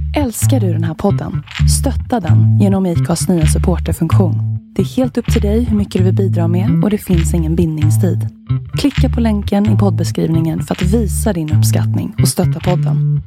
Älskar du den här podden? Stötta den genom IKAs nya supporterfunktion. Det är helt upp till dig hur mycket du vill bidra med och det finns ingen bindningstid. Klicka på länken i poddbeskrivningen för att visa din uppskattning och stötta podden.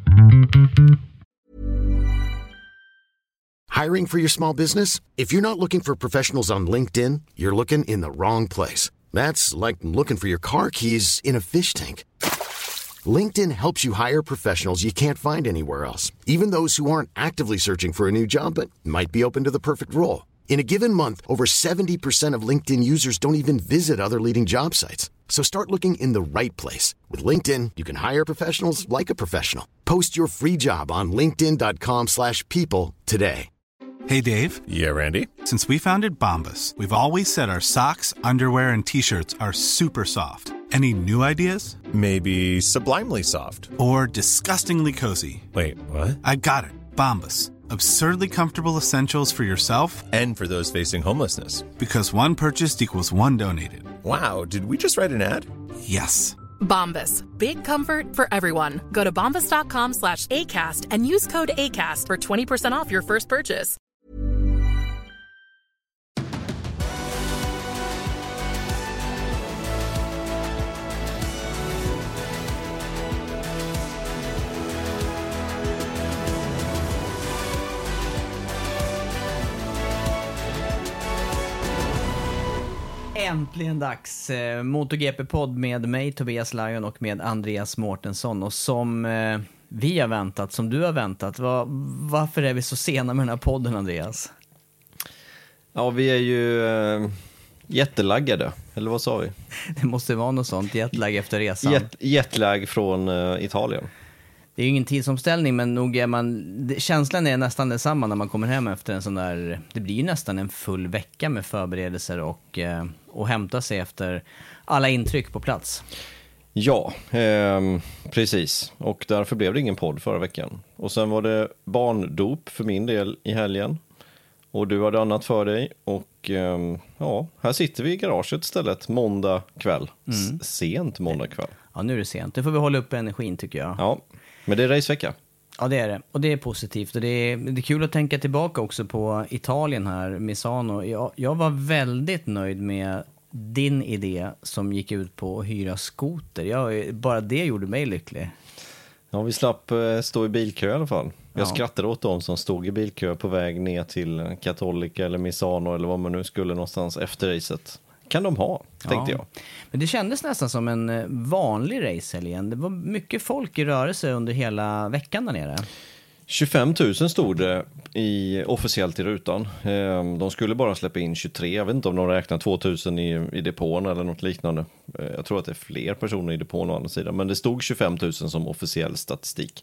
Hiring for your small business? If you're not looking for professionals on LinkedIn, you're looking in the wrong place. That's like looking for your car keys in a fish tank. LinkedIn helps you hire professionals you can't find anywhere else, even those who aren't actively searching for a new job but might be open to the perfect role. In a given month, over 70% of LinkedIn users don't even visit other leading job sites. So start looking in the right place. With LinkedIn, you can hire professionals like a professional. Post your free job on linkedin.com/people today. Hey, Dave. Yeah, Randy. Since we founded Bombas, we've always said our socks, underwear, and T-shirts are super soft. Any new ideas? Maybe sublimely soft. Or disgustingly cozy. Wait, what? I got it. Bombas. Absurdly comfortable essentials for yourself and for those facing homelessness. Because one purchased equals one donated. Wow, did we just write an ad? Yes. Bombas. Big comfort for everyone. Go to bombas.com/ACAST and use code ACAST for 20% off your first purchase. Äntligen dags. MotoGP-podd med mig, Tobias Lajon, och med Andreas Mårtensson. Och som vi har väntat, som du har väntat, varför är vi så sena med den här podden, Andreas? Ja, vi är ju jättelaggade, eller vad sa vi? Det måste vara något sånt, jetlag efter resan. Jetlag från Italien. Det är ju ingen tidsomställning, men nog är känslan är nästan detsamma när man kommer hem efter en sån där. Det blir ju nästan en full vecka med förberedelser och hämta sig efter alla intryck på plats. Ja, precis. Och därför blev det ingen podd förra veckan. Och sen var det barndop för min del i helgen. Och du hade annat för dig. Och ja, här sitter vi i garaget istället måndag kväll. Sent måndag kväll. Ja, nu är det sent. Det får vi hålla upp energin, tycker jag. Ja. Men det är racevecka. Ja, det är det. Och det är positivt. Och det är kul att tänka tillbaka också på Italien här, Misano. Jag var väldigt nöjd med din idé som gick ut på att hyra skoter. Bara det gjorde mig lycklig. Ja, vi slapp stå i bilkö i alla fall. Jag skrattade åt dem som stod i bilkö på väg ner till Cattolica eller Misano eller vad man nu skulle någonstans efter racet. Kan de ha, tänkte jag. Men det kändes nästan som en vanlig racehelgen. Det var mycket folk i rörelse under hela veckan där nere. 25 000 stod det officiellt i rutan. De skulle bara släppa in 23. Jag vet inte om de räknar 2 000 i depån eller något liknande. Jag tror att det är fler personer i depån å andra sidan. Men det stod 25 000 som officiell statistik.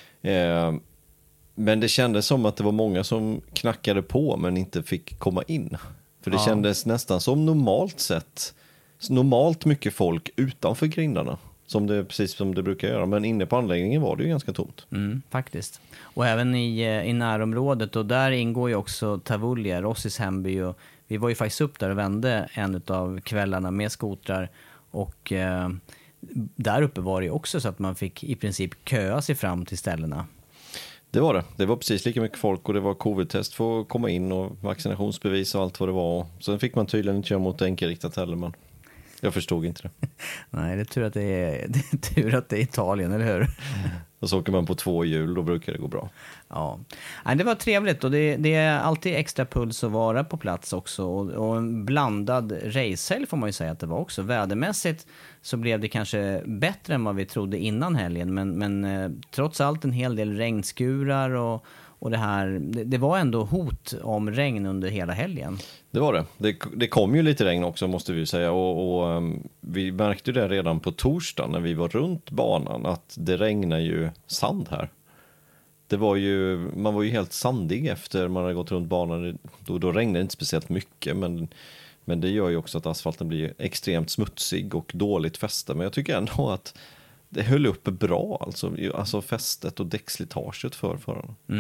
Men det kändes som att det var många som knackade på men inte fick komma in. För det kändes nästan som normalt mycket folk utanför grindarna. Precis som det brukar göra. Men inne på anläggningen var det ju ganska tomt. Faktiskt. Och även i närområdet. Och där ingår ju också Tavullia, Rossis hemby. Och vi var ju faktiskt upp där och vände en av kvällarna med skotrar. Och där uppe var det också så att man fick i princip köa sig fram till ställena. Det var det. Det var precis lika mycket folk och det var covid-test för att komma in och vaccinationsbevis och allt vad det var. Sen fick man tydligen inte köra mot enkelriktat heller, men jag förstod inte det. Nej, det är tur att det är Italien, eller hur? Och så åker man på 2 hjul, då brukar det gå bra. Ja, det var trevligt och det är alltid extra puls att vara på plats också. Och en blandad racehelg får man ju säga att det var också. Vädermässigt så blev det kanske bättre än vad vi trodde innan helgen. Men trots allt en hel del regnskurar och det var ändå hot om regn under hela helgen. Det var det. Det kom ju lite regn också, måste vi säga. Och vi märkte det redan på torsdag när vi var runt banan att det regnar ju sand här. Man var ju helt sandig efter man hade gått runt banan. Då regnade det inte speciellt mycket, men det gör ju också att asfalten blir extremt smutsig och dåligt fäste. Men jag tycker ändå att det höll upp bra, alltså fästet och däckslitaget för förarna.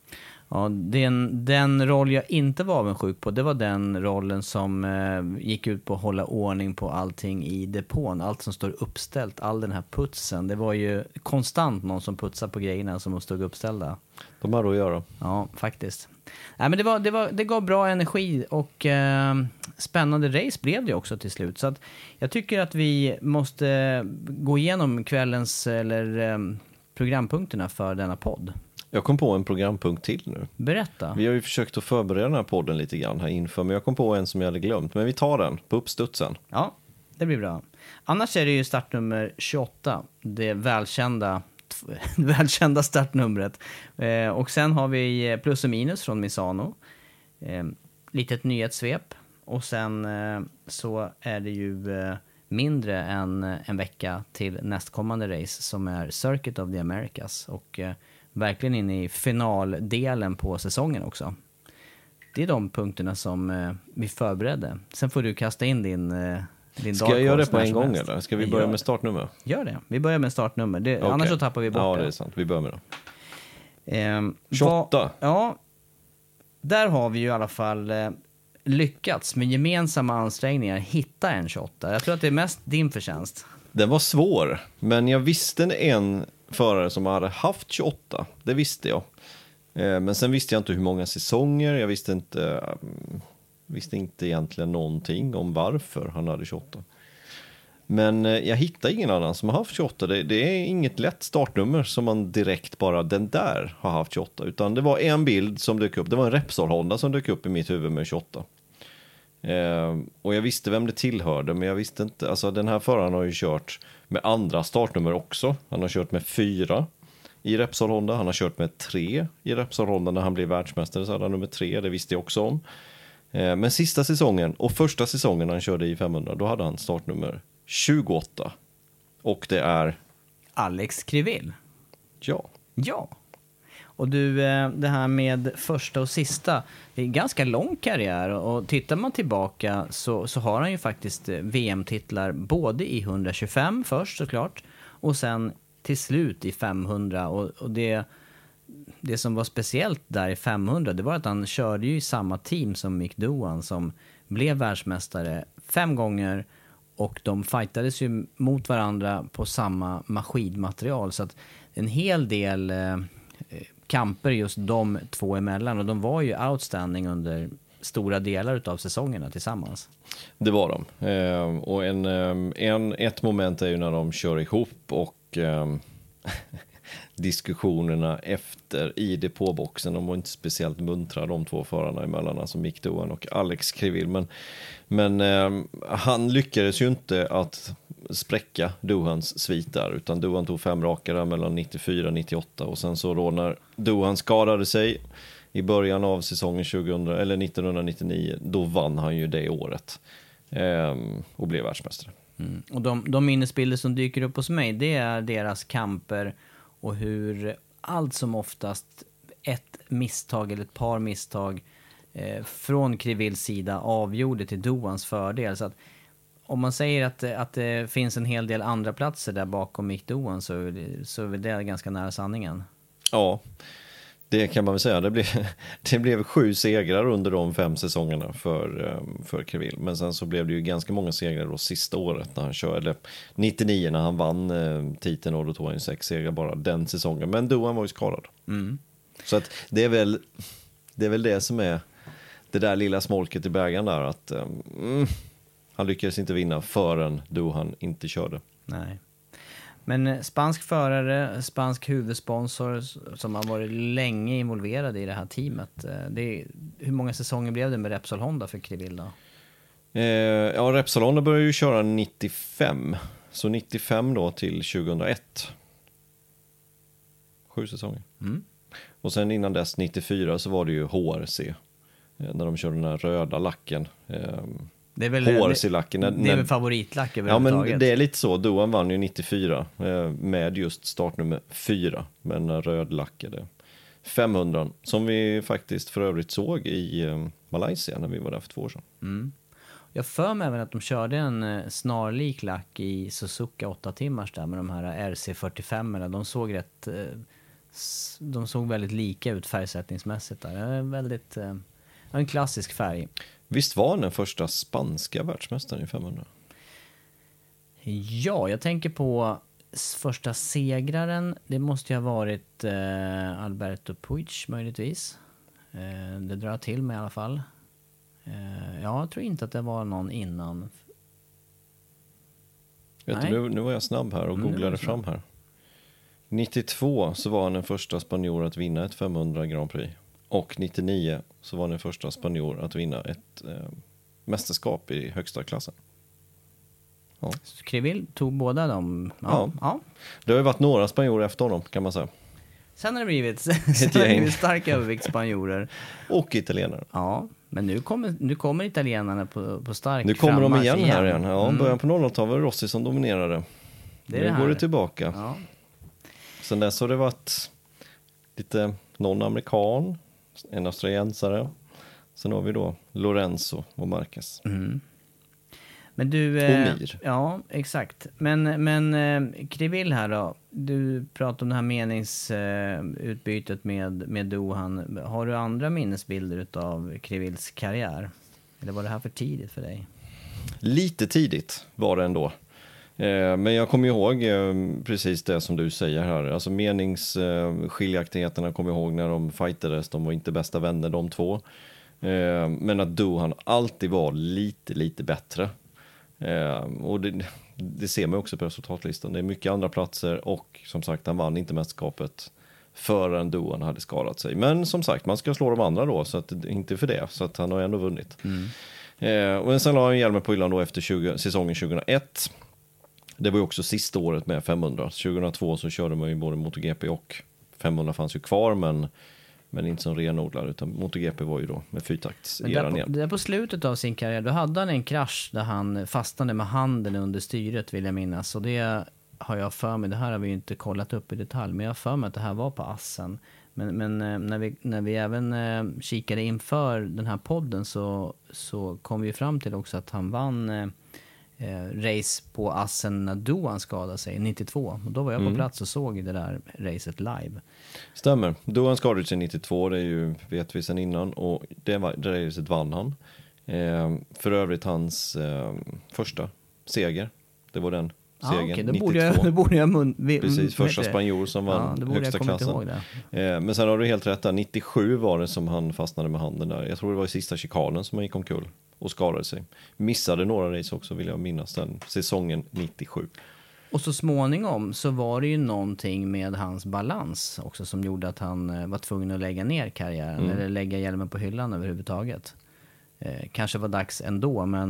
Ja, den roll jag inte var avundsjuk på, det var den rollen som gick ut på att hålla ordning på allting i depån. Allt som står uppställt, all den här putsen. Det var ju konstant någon som putsade på grejerna som stod uppställda. De har att göra. Ja, faktiskt. Nej, men det gav bra energi och spännande race blev det också till slut. Så att jag tycker att vi måste gå igenom kvällens eller programpunkterna för denna podd. Jag kom på en programpunkt till nu. Berätta. Vi har ju försökt att förbereda den här podden lite grann här inför, men jag kom på en som jag hade glömt. Men vi tar den på uppstudsen. Ja, det blir bra. Annars är det ju startnummer 28, det välkända startnumret. Och sen har vi plus och minus från Misano. Litet nyhetssvep. Och sen så är det ju mindre än en vecka till nästkommande race som är Circuit of the Americas. Och verkligen inne i finaldelen på säsongen också. Det är de punkterna som vi förberedde. Sen får du kasta in din Ska jag göra det på en gång eller? Ska vi börja med startnummer? Gör det. Vi börjar med startnummer. Okay. Annars så tappar vi bort det. Ja, det är sant. Vi börjar med det. 28. Ja, där har vi ju i alla fall lyckats med gemensamma ansträngningar hitta en 28. Jag tror att det är mest din förtjänst. Den var svår, men jag visste en förare som hade haft 28. Det visste jag. Men sen visste jag inte hur många säsonger. Jag visste inte egentligen någonting om varför han hade 28. Men jag hittade ingen annan som har haft 28. Det är inget lätt startnummer som man direkt bara den där har haft 28. Utan det var en bild som dök upp. Det var en Repsol Honda som dök upp i mitt huvud med 28. Och jag visste vem det tillhörde, men jag visste inte. Alltså den här föraren har ju kört med andra startnummer också. Han har kört med 4 i Repsol Honda. Han har kört med 3 i Repsol Honda när han blev världsmästare. Så hade han nummer 3, det visste jag också om. Men sista säsongen och första säsongen han körde i 500, då hade han startnummer 28. Och det är Alex Criville. Ja. Och du, det här med första och sista, det är en ganska lång karriär. Och tittar man tillbaka så har han ju faktiskt VM-titlar både i 125 först såklart. Och sen till slut i 500. Och det som var speciellt där i 500, det var att han körde ju i samma team som Mick Doohan som blev världsmästare 5 gånger. Och de fightades ju mot varandra på samma maskinmaterial. Så att en hel del kamper just de två emellan. Och de var ju outstanding under stora delar av säsongerna tillsammans. Det var de. Och ett moment är ju när de kör ihop och diskussionerna efter i depåboxen. De var inte speciellt muntra de två förarna emellan, alltså Mick Doohan och Alex Criville. Men han lyckades ju inte att spräcka Doohans svit där, utan Doohan tog 5 raka där mellan 94 och 98 och sen så då när Doohan skadade sig i början av säsongen 1999, då vann han ju det året och blev världsmästare. Och de minnesbilder som dyker upp hos mig, det är deras kamper och hur allt som oftast ett misstag eller ett par misstag från Crivilles sida avgjorde till Doohans fördel. Så att om man säger att det finns en hel del andra platser där bakom Mick Doohan så är det ganska nära sanningen. Ja, det kan man väl säga. Det blev 7 segrar under de 5 säsongerna för Criville. Men sen så blev det ju ganska många segrar då sista året när han körde 99 när han vann titeln, och då tog han ju 6 segrar bara den säsongen. Men Doohan var ju skadad. Så att det är väl det som är det där lilla smolket i bägaren där, att han lyckades inte vinna förrän Doohan inte körde. Nej. Men spansk förare, spansk huvudsponsor som har varit länge involverad i det här teamet. Hur många säsonger blev det med Repsol Honda för Criville då? Ja, Repsol Honda började ju köra 95. Så 95 då till 2001. 7 säsonger. Och sen innan dess 94 så var det ju HRC. När de körde den här röda lacken. Det är väl HRC-lacken. Det är väl favoritlack överhuvudtaget. Ja, men det är lite så. Doohan vann ju 94 med just startnummer 4. Men en röd lackade 500. Som vi faktiskt för övrigt såg i Malaysia när vi var där för 2 år sedan. Jag för mig även att de körde en snarlik lack i Suzuka 8 timmars där med de här RC45. De såg rätt de såg väldigt lika ut färgsättningsmässigt där. Väldigt, en klassisk färg. Visst var han den första spanska världsmästaren i 500? Ja, jag tänker på första segraren. Det måste ju ha varit Alberto Puig möjligtvis. Det drar till med i alla fall. Jag tror inte att det var någon innan. Vet du, nu var jag snabb här och googlade fram här. 92 så var han den första spanjor att vinna ett 500 Grand Prix. Och 99 så var han den första spanjor att vinna ett mästerskap i högsta klassen. Ja. Krivil tog båda dem. Ja. Det har ju varit några spanjorer efter honom kan man säga. Sen har det blivit starka överviktsspanjorer. Och italienare. Ja, men nu kommer italienarna på stark Nu kommer de frammarsch igen här igen. Ja, början på 00-talet var Rossi som dominerade. Nu går det tillbaka. Ja. Sen dess har det varit lite någon amerikan, en australiensare. Sen har vi då Lorenzo och Marquez. Men du, Mir. ja, exakt. Men Krivil här då, du pratar om det här meningsutbytet med Doohan. Har du andra minnesbilder av Krivils karriär? Eller var det här för tidigt för dig? Lite tidigt var det ändå. Men jag kommer ihåg precis det som du säger här. Alltså meningsskiljaktigheterna kommer jag ihåg när de fightades. De var inte bästa vänner de två. Men att Doohan alltid var lite bättre. Och det ser man också på resultatlistan. Det är mycket andra platser och som sagt han vann inte mästerskapet förrän Doohan hade skadat sig. Men som sagt man ska slå de andra då så att inte för det så att han har ändå vunnit. Och sen la han hjälmen på hyllan då efter säsongen 2001. Det var ju också sista året med 500. 2002 så körde man ju både MotoGP och 500 fanns ju kvar men inte som renodlad utan MotoGP var ju då med fyrtaktseran igen. Där på slutet av sin karriär då hade han en krasch där han fastnade med handen under styret vill jag minnas. Och det har jag för mig, det här har vi ju inte kollat upp i detalj men jag har för mig att det här var på Assen. Men när vi även kikade inför den här podden så kom vi fram till också att han vann race på Assen när Doohan skadade sig 92. Och då var jag på plats och såg det där racet live. Stämmer. Doohan skadade sig 92, det är ju vet vi sedan innan och det racet vann han. För övrigt hans första seger. Det var den segern, okay. 92. Då borde jag precis, första spanjor som vann högsta klassen. Men sen har du helt rätt där, 97 var det som han fastnade med handen där. Jag tror det var i sista chikanen som han gick omkull och skadade sig. Missade några race också vill jag minnas den säsongen 97. Och så småningom så var det ju någonting med hans balans också som gjorde att han var tvungen att lägga ner karriären eller lägga hjälmen på hyllan överhuvudtaget. Kanske var dags ändå men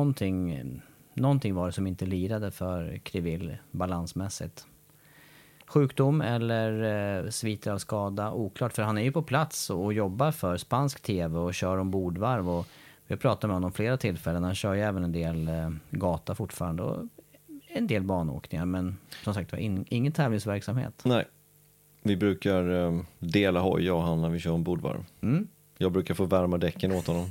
någonting var det som inte lirade för Krivil balansmässigt. Sjukdom eller sviter av skada, oklart. För han är ju på plats och jobbar för spansk tv och kör ombordvarv. Och vi har pratat med honom flera tillfällen. Han kör ju även en del gata fortfarande och en del banåkningar. Men som sagt var ingen tävlingsverksamhet. Nej, vi brukar dela hoj jag och han när vi kör ombordvarv. Jag brukar få värma däcken åt honom.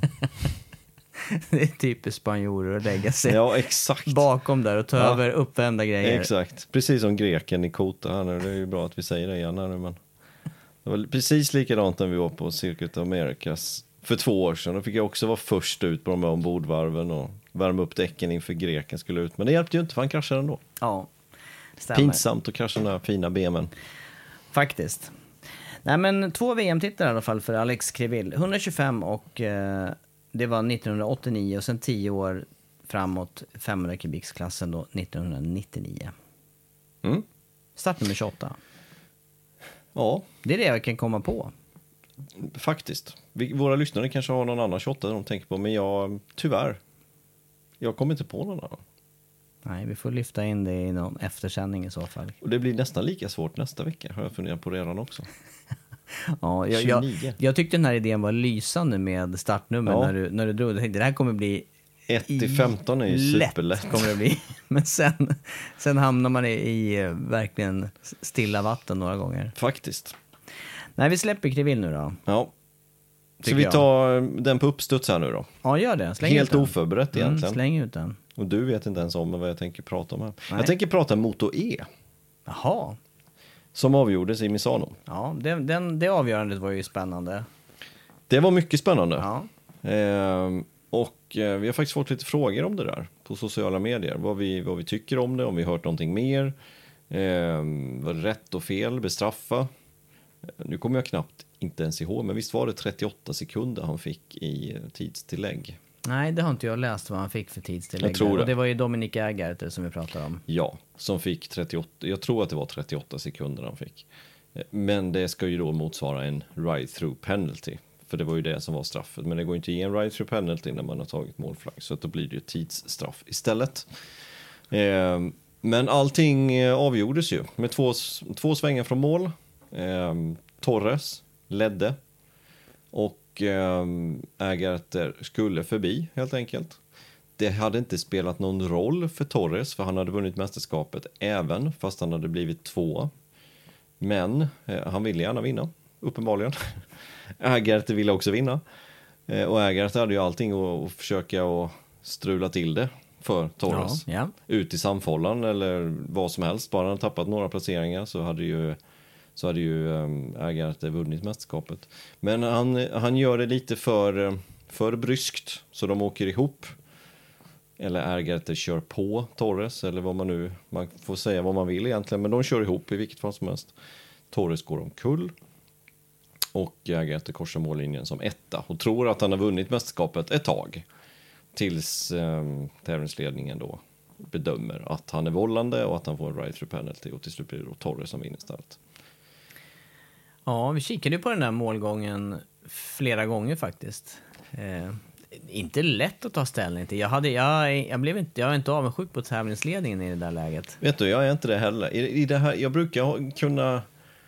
Det är typiskt spanjorer att lägga sig exakt. bakom där och ta över uppvända grejer. Exakt, precis som greken i Kota här nu. Det är ju bra att vi säger det igen här nu, men det var precis likadant när vi var på Circuit of Americas för 2 år sedan. Då fick jag också vara först ut på de här ombordvarven och värma upp däcken inför greken skulle ut. Men det hjälpte ju inte för han kraschade ändå. Ja, stämmer. Pinsamt att krascha den här fina BM:en. Faktiskt. Nej men 2 VM-titlar i alla fall för Alex Krivil. 125 och det var 1989 och sen 10 år framåt 500 kubiksklassen då 1999. Start nummer 28. Ja. Det är det jag kan komma på. Faktiskt. Våra lyssnare kanske har någon annan 28 de tänker på, men jag kommer inte på någon annan. Nej, vi får lyfta in det i någon eftersändning i så fall. Och det blir nästan lika svårt nästa vecka, har jag funderat på redan också. Ja, jag tyckte den här idén var lysande med startnummer när du drog. Jag tänkte det här kommer bli 1-15 är ju superlätt. Kommer det bli. Men sen hamnar man i verkligen stilla vatten några gånger. Faktiskt. Nej, vi släpper Krivil nu då. Ja. Så vi tar den på uppstuds här nu då. Ja, gör det. Släng helt oförberett egentligen. Släng ut den. Och du vet inte ens om vad jag tänker prata om här. Nej. Jag tänker prata Moto E. Jaha. som avgjordes i Misano. Ja, det avgörandet var ju spännande. Det var mycket spännande. Ja. Vi har faktiskt fått lite frågor om det där på sociala medier. Vad vi tycker om det, om vi hört någonting mer. Var det rätt och fel, bestraffa? Nu kommer jag knappt inte ens ihåg, men visst var det 38 sekunder han fick i tidstillägg? Nej, det har inte jag läst vad han fick för tidstillägg. Jag tror det. Och det var ju Dominic Ägarter som vi pratade om. Ja, som fick 38, jag tror att det var 38 sekunder han fick. Men det ska ju då motsvara en ride-through penalty. För det var ju det som var straffet. Men det går inte att ge en ride-through penalty när man har tagit målflagg. Så att då blir det ju tidsstraff istället. Men allting avgjordes ju med två svängar från mål. Torres ledde. Och Ägarter skulle förbi helt enkelt. Det hade inte spelat någon roll för Torres. För han hade vunnit mästerskapet även fast han hade blivit 2. Men han ville gärna vinna, uppenbarligen. Ägarter ville också vinna. Och Ägarter hade ju allting att försöka att strula till det för Torres. Ja. Ut i samfållan eller vad som helst. Bara han tappat några placeringar så hade ju Ägarter vunnit mästerskapet. Men han gör det lite för bryskt. Så de åker ihop. Eller Ägarter kör på Torres. Eller vad man får säga vad man vill egentligen. Men de kör ihop i vilket fall som helst. Torres går omkull. Och Ägarter korsar mållinjen som etta. Och tror att han har vunnit mästerskapet ett tag. Tills tävlingsledningen då bedömer att han är vållande. Och att han får en ride-through penalty. Och till slut blir det då Torres som vinner istället. Ja, vi kikade ju på den där målgången flera gånger faktiskt. Inte lätt att ta ställning till. Jag är inte avundsjuk på tävlingsledningen i det där läget. Vet du, jag är inte det heller. I det här, jag brukar kunna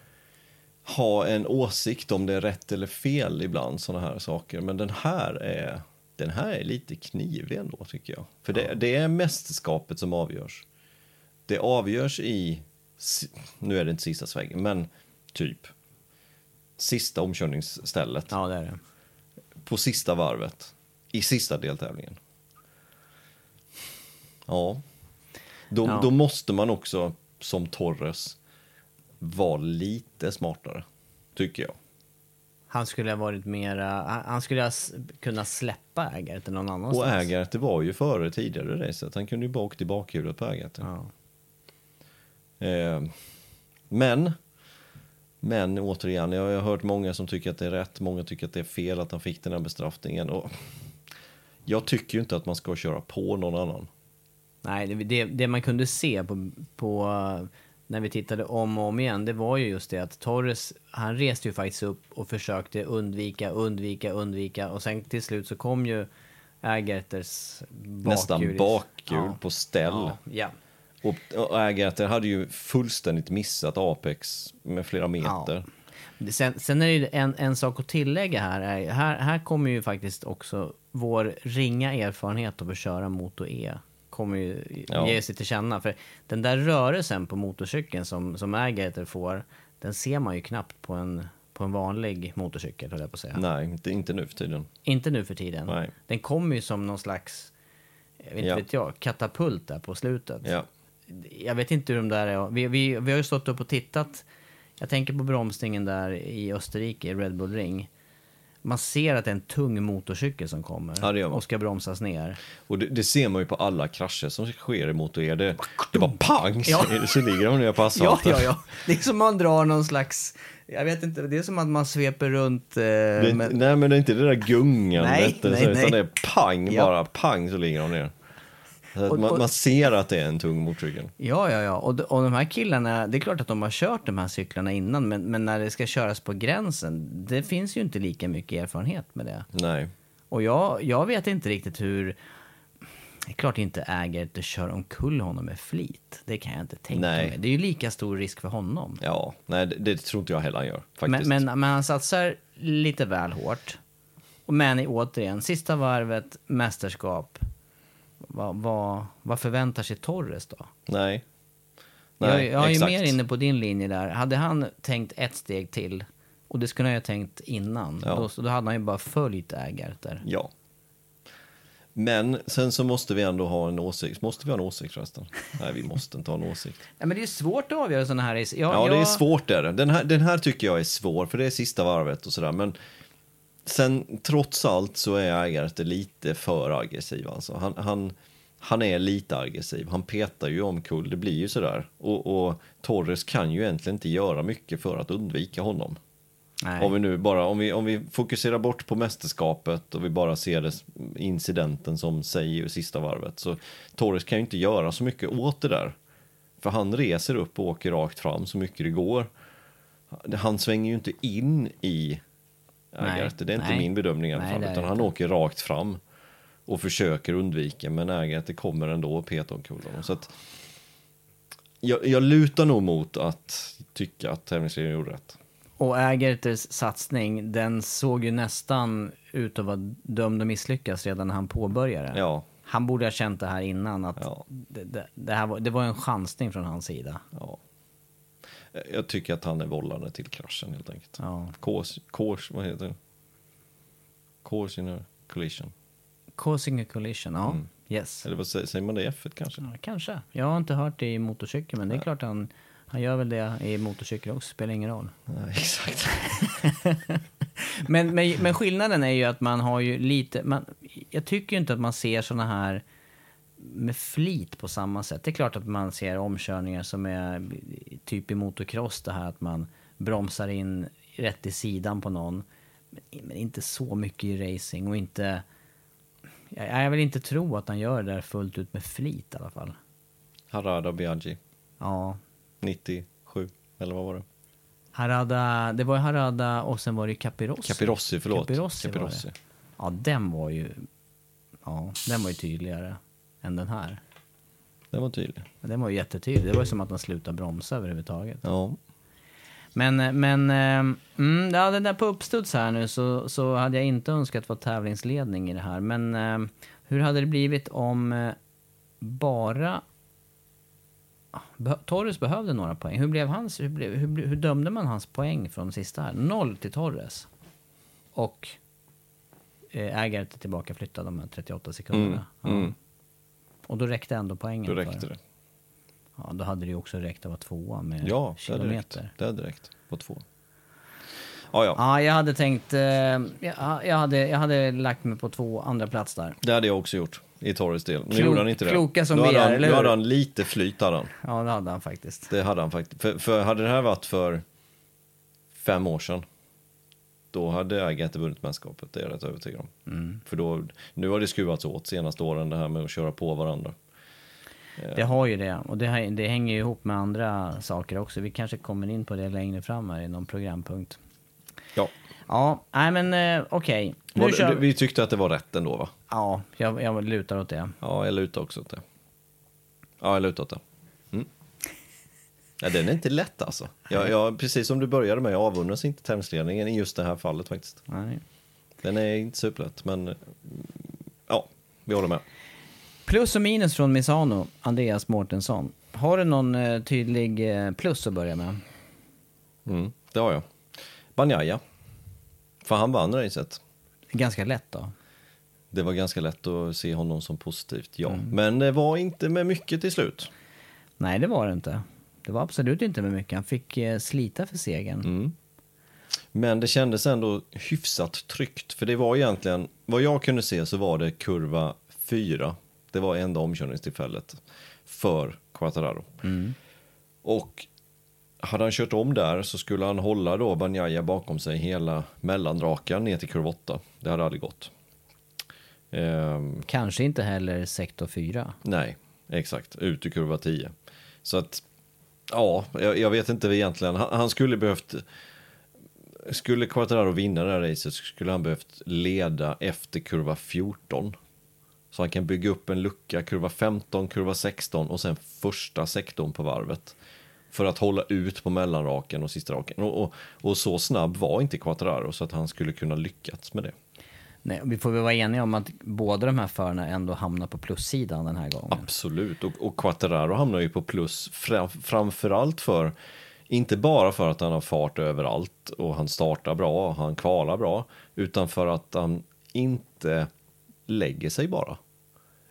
ha en åsikt om det är rätt eller fel ibland, såna här saker. Men den här är lite knivig ändå, tycker jag. För det är mästerskapet som avgörs. Det avgörs nu är det inte sista svängen, men typ sista omkörningsstället. Ja, det är det. På sista varvet. I sista deltävlingen. Ja. Då måste man också som Torres vara lite smartare, tycker jag. Han skulle ha varit mera... Han skulle ha kunnat släppa Ägarter någon annanstans. Och Ägarter var ju före tidigare racet. Han kunde ju bara åka tillbaka hjulet på Ägarter. Ja. Men återigen, jag har hört många som tycker att det är rätt. Många tycker att det är fel att han fick den här bestraffningen. Och jag tycker ju inte att man ska köra på någon annan. Nej, det man kunde se på när vi tittade om och om igen, det var ju just det att Torres, han reste ju faktiskt upp och försökte undvika och sen till slut så kom ju Ägarters bakhjul. Nästan bakhjul på ställ. Ja. Och Ägarter hade ju fullständigt missat Apex med flera meter. Ja. Sen är det ju en sak att tillägga här. Här kommer ju faktiskt också vår ringa erfarenhet av att köra Moto E kommer ju ge sig till känna. För den där rörelsen på motorcykeln som Ägarter får, den ser man ju knappt på en vanlig motorcykel, höll jag på att säga. Nej, inte nu för tiden. Inte nu för tiden. Nej. Den kommer ju som någon slags, vet jag, katapult där på slutet. Ja. Jag vet inte hur de där är. Vi har ju stått upp och tittat. Jag tänker på bromsningen där i Österrike, i Red Bull Ring. Man ser att det är en tung motorcykel som kommer och ska bromsas ner. Och det ser man ju på alla krascher som sker i Moto E. Det bara pang, så ligger de ner på asfalten. Ja. Det är som man drar någon slags... Jag vet inte, det är som att man sveper runt... Nej, men det är inte det där gungandet. Utan det är pang, bara pang, så ligger de ner. Man ser att det är en tung motorcykel. Ja. Och de här killarna, det är klart att de har kört de här cyklarna innan, men när det ska köras på gränsen, det finns ju inte lika mycket erfarenhet med det. Nej. Och jag vet inte riktigt hur... Det är klart inte Ägarter kör omkull honom med flit. Det kan jag inte tänka mig. Det är ju lika stor risk för honom. Ja, nej, det tror inte jag heller han gör, faktiskt. Men han satsar lite väl hårt. Men återigen, sista varvet, mästerskap. Vad förväntar sig Torres då? Nej, jag är ju mer inne på din linje där. Hade han tänkt ett steg till, och det skulle han ju tänkt innan, då hade han ju bara följt Ägarter. Ja. Men sen så måste vi ändå ha en åsikt. Måste vi ha en åsikt förresten? Nej, vi måste inte ha en åsikt. Ja, men det är svårt att avgöra sådana här race. Det är svårt där. Den här tycker jag är svår, för det är sista varvet och sådär. Men sen trots allt så är Ägare lite för aggressiv. Alltså. Han är lite aggressiv. Han petar ju omkull. Det blir ju sådär. Och Torres kan ju egentligen inte göra mycket för att undvika honom. Nej. Om vi fokuserar bort på mästerskapet och vi bara ser det, incidenten som säger i sista varvet, så Torres kan ju inte göra så mycket åt det där. För han reser upp och åker rakt fram så mycket det går. Han svänger ju inte in i Ägare. Det är inte min bedömning i alla fall. Utan han åker rakt fram och försöker undvika, men Ägare kommer ändå och petar omkull honom. Så att jag lutar nog mot att tycka att tävlingsledningen gjorde rätt. Och Ägares satsning, den såg ju nästan ut att vara dömd att misslyckas redan när han påbörjade. Ja. Han borde ha känt det här innan, att det var en chansning från hans sida. Ja. Jag tycker att han är vållande till kraschen helt enkelt. Ja. Vad heter det? Causing a collision. Causing a collision, ja. Yes. Eller vad säger man det i F1 kanske? Ja, kanske. Jag har inte hört det i motorcykel, men det är klart han gör väl det i motorcykel också, spelar ingen roll. Nej, exakt. men skillnaden är ju att man har ju lite... jag tycker ju inte att man ser såna här med flit på samma sätt. Det är klart att man ser omkörningar som är typ i motocross, det här att man bromsar in rätt i sidan på någon. Men inte så mycket i racing, och inte... Jag vill inte tro att han gör det där fullt ut med flit i alla fall. Harada Biaggi. Ja. 97, eller vad var det? Det var Harada och sen var det Capirossi. Capirossi. Ja, den var ju tydligare än den här. Den var tydlig. Den var ju jättetydlig. Det var ju som att han slutade bromsa överhuvudtaget. Ja. Men det där på uppstuds här nu så hade jag inte önskat vara tävlingsledning i det här. Men hur hade det blivit om bara Torres behövde några poäng? Hur dömde man hans poäng från sista här? 0 till Torres. Och Ägare tillbaka flyttade de här 38 sekunderna. Och då räckte ändå poängen. Då räckte det. Ja, då hade det ju också räckt att vara 2 med kilometer. Det hade räckt på 2. Ja. Ja, jag hade tänkt... jag hade lagt mig på 2 andra plats där. Det hade jag också gjort i Torres del. Nu gjorde han inte det. Kloka som vi är, eller hur? Nu hade han lite flyt, hade han. Ja, det hade han faktiskt. Det hade han faktiskt. För hade det här varit för 5 år sedan, då hade Ägare inte vunnit mästerskapet. Det är jag rätt övertygad om. För nu har det skruvats åt senaste åren, det här med att köra på varandra. Det har ju det. Och det hänger ju ihop med andra saker också. Vi kanske kommer in på det längre fram här i någon programpunkt. Ja. Ja, nej men okej. Vi tyckte att det var rätt ändå, va? Ja, jag lutar åt det. Ja, jag lutar också åt det. Ja, jag lutar åt det. Ja, den är inte lätt alltså. Jag, precis som du började med, jag avundas inte tävlingsledningen i just det här fallet faktiskt. Nej. Den är inte superlätt, men ja, vi håller med. Plus och minus från Misano, Andreas Mårtensson. Har du någon tydlig plus att börja med? Det har jag. Bagnaia. För han vann racet. Ganska lätt då. Det var ganska lätt att se honom som positivt, ja. Men det var inte med mycket till slut. Nej, det var det inte. Det var absolut inte med mycket. Han fick slita för segern. Men det kändes ändå hyfsat tryggt. För det var egentligen, vad jag kunde se så var det kurva 4. Det var enda omkörningstillfället för Quartararo. Och hade han kört om där så skulle han hålla då Bagnaia bakom sig hela mellandrakan ner till kurva 8. Det hade aldrig gått. Kanske inte heller sektor 4. Nej, exakt. Ut i kurva 10. Så att, ja, jag vet inte egentligen. Han skulle behövt... Skulle Quartararo vinna det här racet så skulle han behövt leda efter kurva 14. Så han kan bygga upp en lucka, kurva 15, kurva 16 och sen första sektorn på varvet. För att hålla ut på mellanraken och sista raken. Och så snabb var inte Quartararo så att han skulle kunna lyckats med det. Nej, vi får väl vara eniga om att båda de här förarna ändå hamnar på plussidan den här gången. Absolut, och Quartararo hamnar ju på plus framförallt för, inte bara för att han har fart överallt och han startar bra och han kvalar bra, utan för att han inte lägger sig bara.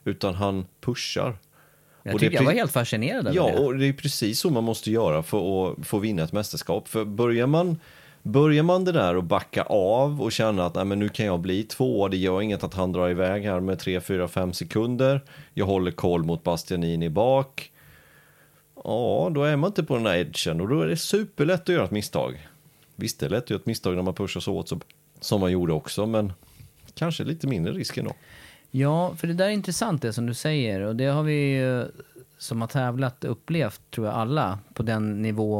utan han pushar. Jag tycker jag var helt fascinerad över det. Ja, och det är precis så man måste göra för att få vinna ett mästerskap. För börjar man det där och backa av och känna att nej, men nu kan jag bli 2, det gör inget att han drar iväg här med 3, 4, 5 sekunder. Jag håller koll mot Bastianini bak. Ja, då är man inte på den här edgen och då är det superlätt att göra ett misstag. Visst, det är lätt att göra ett misstag när man pushar så åt som man gjorde också, men kanske lite mindre risk ändå. Ja, för det där är intressant det som du säger, och det har vi ju som har tävlat upplevt, tror jag alla, på den nivå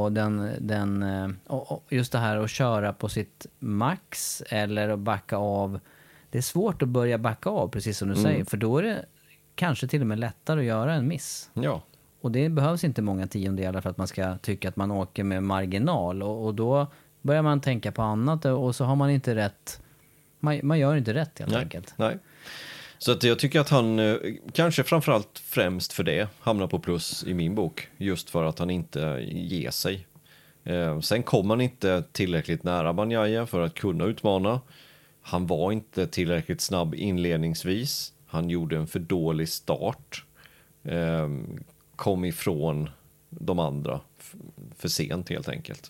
och just det här att köra på sitt max eller att backa av. Det är svårt att börja backa av, precis som du säger, för då är det kanske till och med lättare att göra en miss. Ja. Och det behövs inte många tiondelar för att man ska tycka att man åker med marginal, och då börjar man tänka på annat och så har man inte rätt, man gör inte rätt helt enkelt. Nej. Så att jag tycker att han, kanske framförallt främst för det, hamnar på plus i min bok. Just för att han inte ger sig. Sen kom han inte tillräckligt nära Bagnaia för att kunna utmana. Han var inte tillräckligt snabb inledningsvis. Han gjorde en för dålig start. Kom ifrån de andra för sent helt enkelt.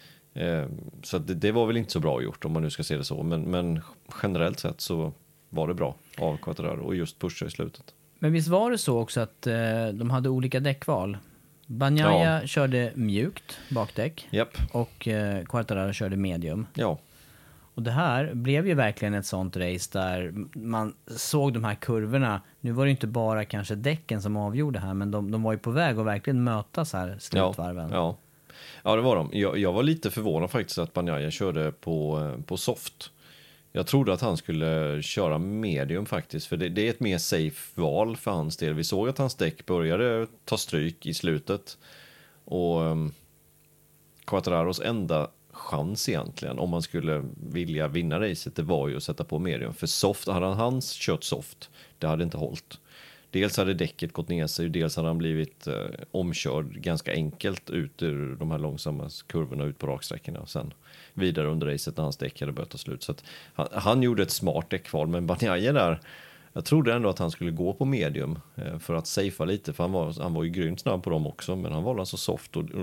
Så att det var väl inte så bra gjort om man nu ska se det så. Men generellt sett så var det bra av Quartararo och just pusha i slutet. Men visst var det så också att de hade olika däckval? Bagnaia körde mjukt bakdäck. Japp. Och Quartararo körde medium. Ja. Och det här blev ju verkligen ett sånt race där man såg de här kurvorna. Nu var det inte bara kanske däcken som avgjorde här, men de var ju på väg att verkligen mötas här slutvarven. Ja, det var de. Jag var lite förvånad faktiskt att Bagnaia körde på soft. Jag trodde att han skulle köra medium faktiskt, för det är ett mer safe val för hans del. Vi såg att hans däck började ta stryk i slutet. Och Quartararos enda chans egentligen, om man skulle vilja vinna racet, det var ju att sätta på medium. För soft, hade han kört soft, det hade inte hållit. Dels hade däcket gått ner sig, dels hade han blivit omkörd ganska enkelt ut ur de här långsamma kurvorna ut på raksträckorna och sen vidare under racet när hans däck hade börjat ta slut. Så att han gjorde ett smart däckval, men Bagnaia där, jag trodde ändå att han skulle gå på medium för att safea lite, för han var ju grymt snabb på dem också, men han var alltså soft och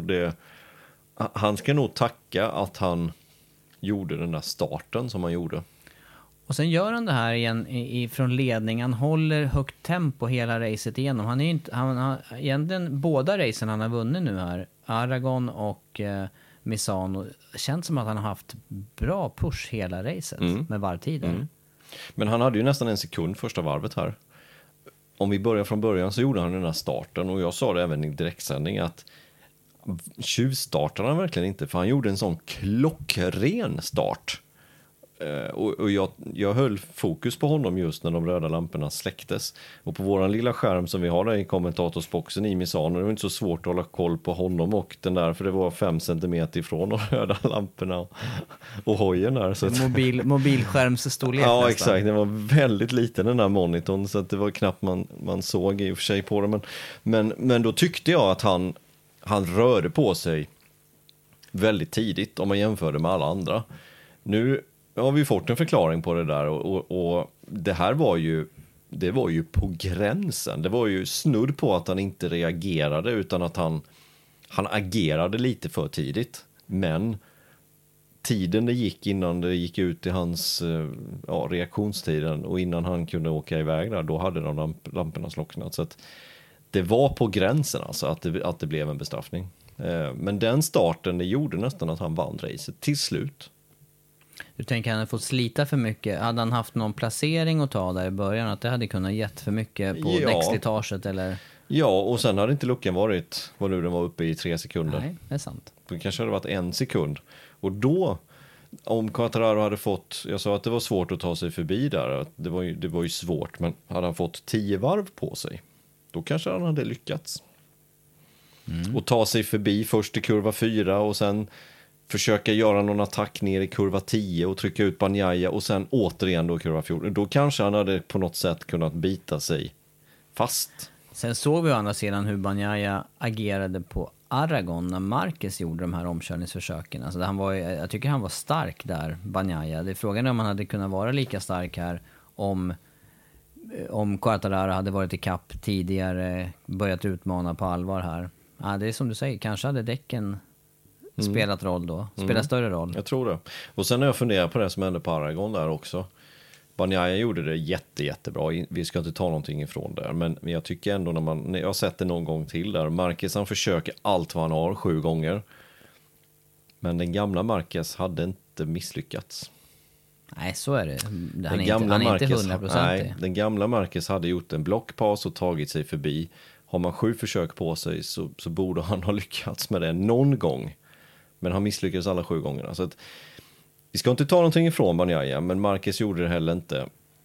han ska nog tacka att han gjorde den där starten som han gjorde. Och sen gör han det här igen från ledning. Han håller högt tempo hela racet igenom. Han har egentligen båda racen han har vunnit nu här, Aragon och Misano, känns som att han har haft bra push hela racet med varvtider. Men han hade ju nästan en sekund första varvet här. Om vi börjar från början så gjorde han den här starten, och jag sa det även i direktsändning att tjuvstartade han verkligen inte, för han gjorde en sån klockren start. Och jag höll fokus på honom just när de röda lamporna släcktes. Och på våran lilla skärm som vi har där i kommentatorsboxen i Misano, det var inte så svårt att hålla koll på honom och den där, för det var 5 centimeter ifrån de röda lamporna och hojen där. Så Mobilskärmsstorlek. Ja, nästan. exakt. Det var väldigt liten den där monitorn, så att det var knappt man såg i och för sig på det. Men då tyckte jag att han rörde på sig väldigt tidigt om man jämförde med alla andra. Nu har vi fått en förklaring på det där, och det här var ju på gränsen. Det var ju snudd på att han inte reagerade, utan att han agerade lite för tidigt. Men tiden det gick innan det gick ut i hans reaktionstiden och innan han kunde åka iväg där, då hade de lamporna slocknat. Så att det var på gränsen alltså att det blev en bestraffning. Men den starten, det gjorde nästan att han vann racet till slut. Du tänker att han hade fått slita för mycket? Hade han haft någon placering att ta där i början? Att det hade kunnat gett för mycket på däckslitaget eller? Ja, och sen hade inte luckan varit vad nu den var uppe i 3 sekunder. Nej, det är sant. Det kanske hade varit 1 sekund. Och då, om Quartararo hade fått, jag sa att det var svårt att ta sig förbi där. Det var ju svårt, men hade han fått 10 varv på sig, då kanske han hade lyckats. Och ta sig förbi först i kurva 4 och sen försöka göra någon attack ner i kurva 10 och trycka ut Bagnaia och sen återigen då i kurva 14. Då kanske han hade på något sätt kunnat bita sig fast. Sen såg vi å andra sidan hur Bagnaia agerade på Aragon när Marquez gjorde de här omkörningsförsöken. Alltså jag tycker han var stark där, Bagnaia. Det är frågan om han hade kunnat vara lika stark här om om Quartararo hade varit i kapp tidigare, börjat utmana på allvar här. Ja, det är som du säger, kanske hade däcken spelat roll då, spelat större roll. Jag tror det. Och sen har jag funderat på det som hände på Aragon där också. Bagnaia gjorde det jättebra. Vi ska inte ta någonting ifrån där. Men jag tycker ändå när jag har sett det någon gång till där. Marquez han försöker allt vad han har 7 gånger. Men den gamla Marquez hade inte misslyckats. Nej, så är det. Han är inte 100%. Nej, den gamla Marquez hade gjort en blockpass och tagit sig förbi. Har man 7 försök på sig så borde han ha lyckats med det någon gång. Men han misslyckades alla 7 gångerna. Så att, vi ska inte ta någonting ifrån Bagnaia, men Marquez gjorde det heller inte.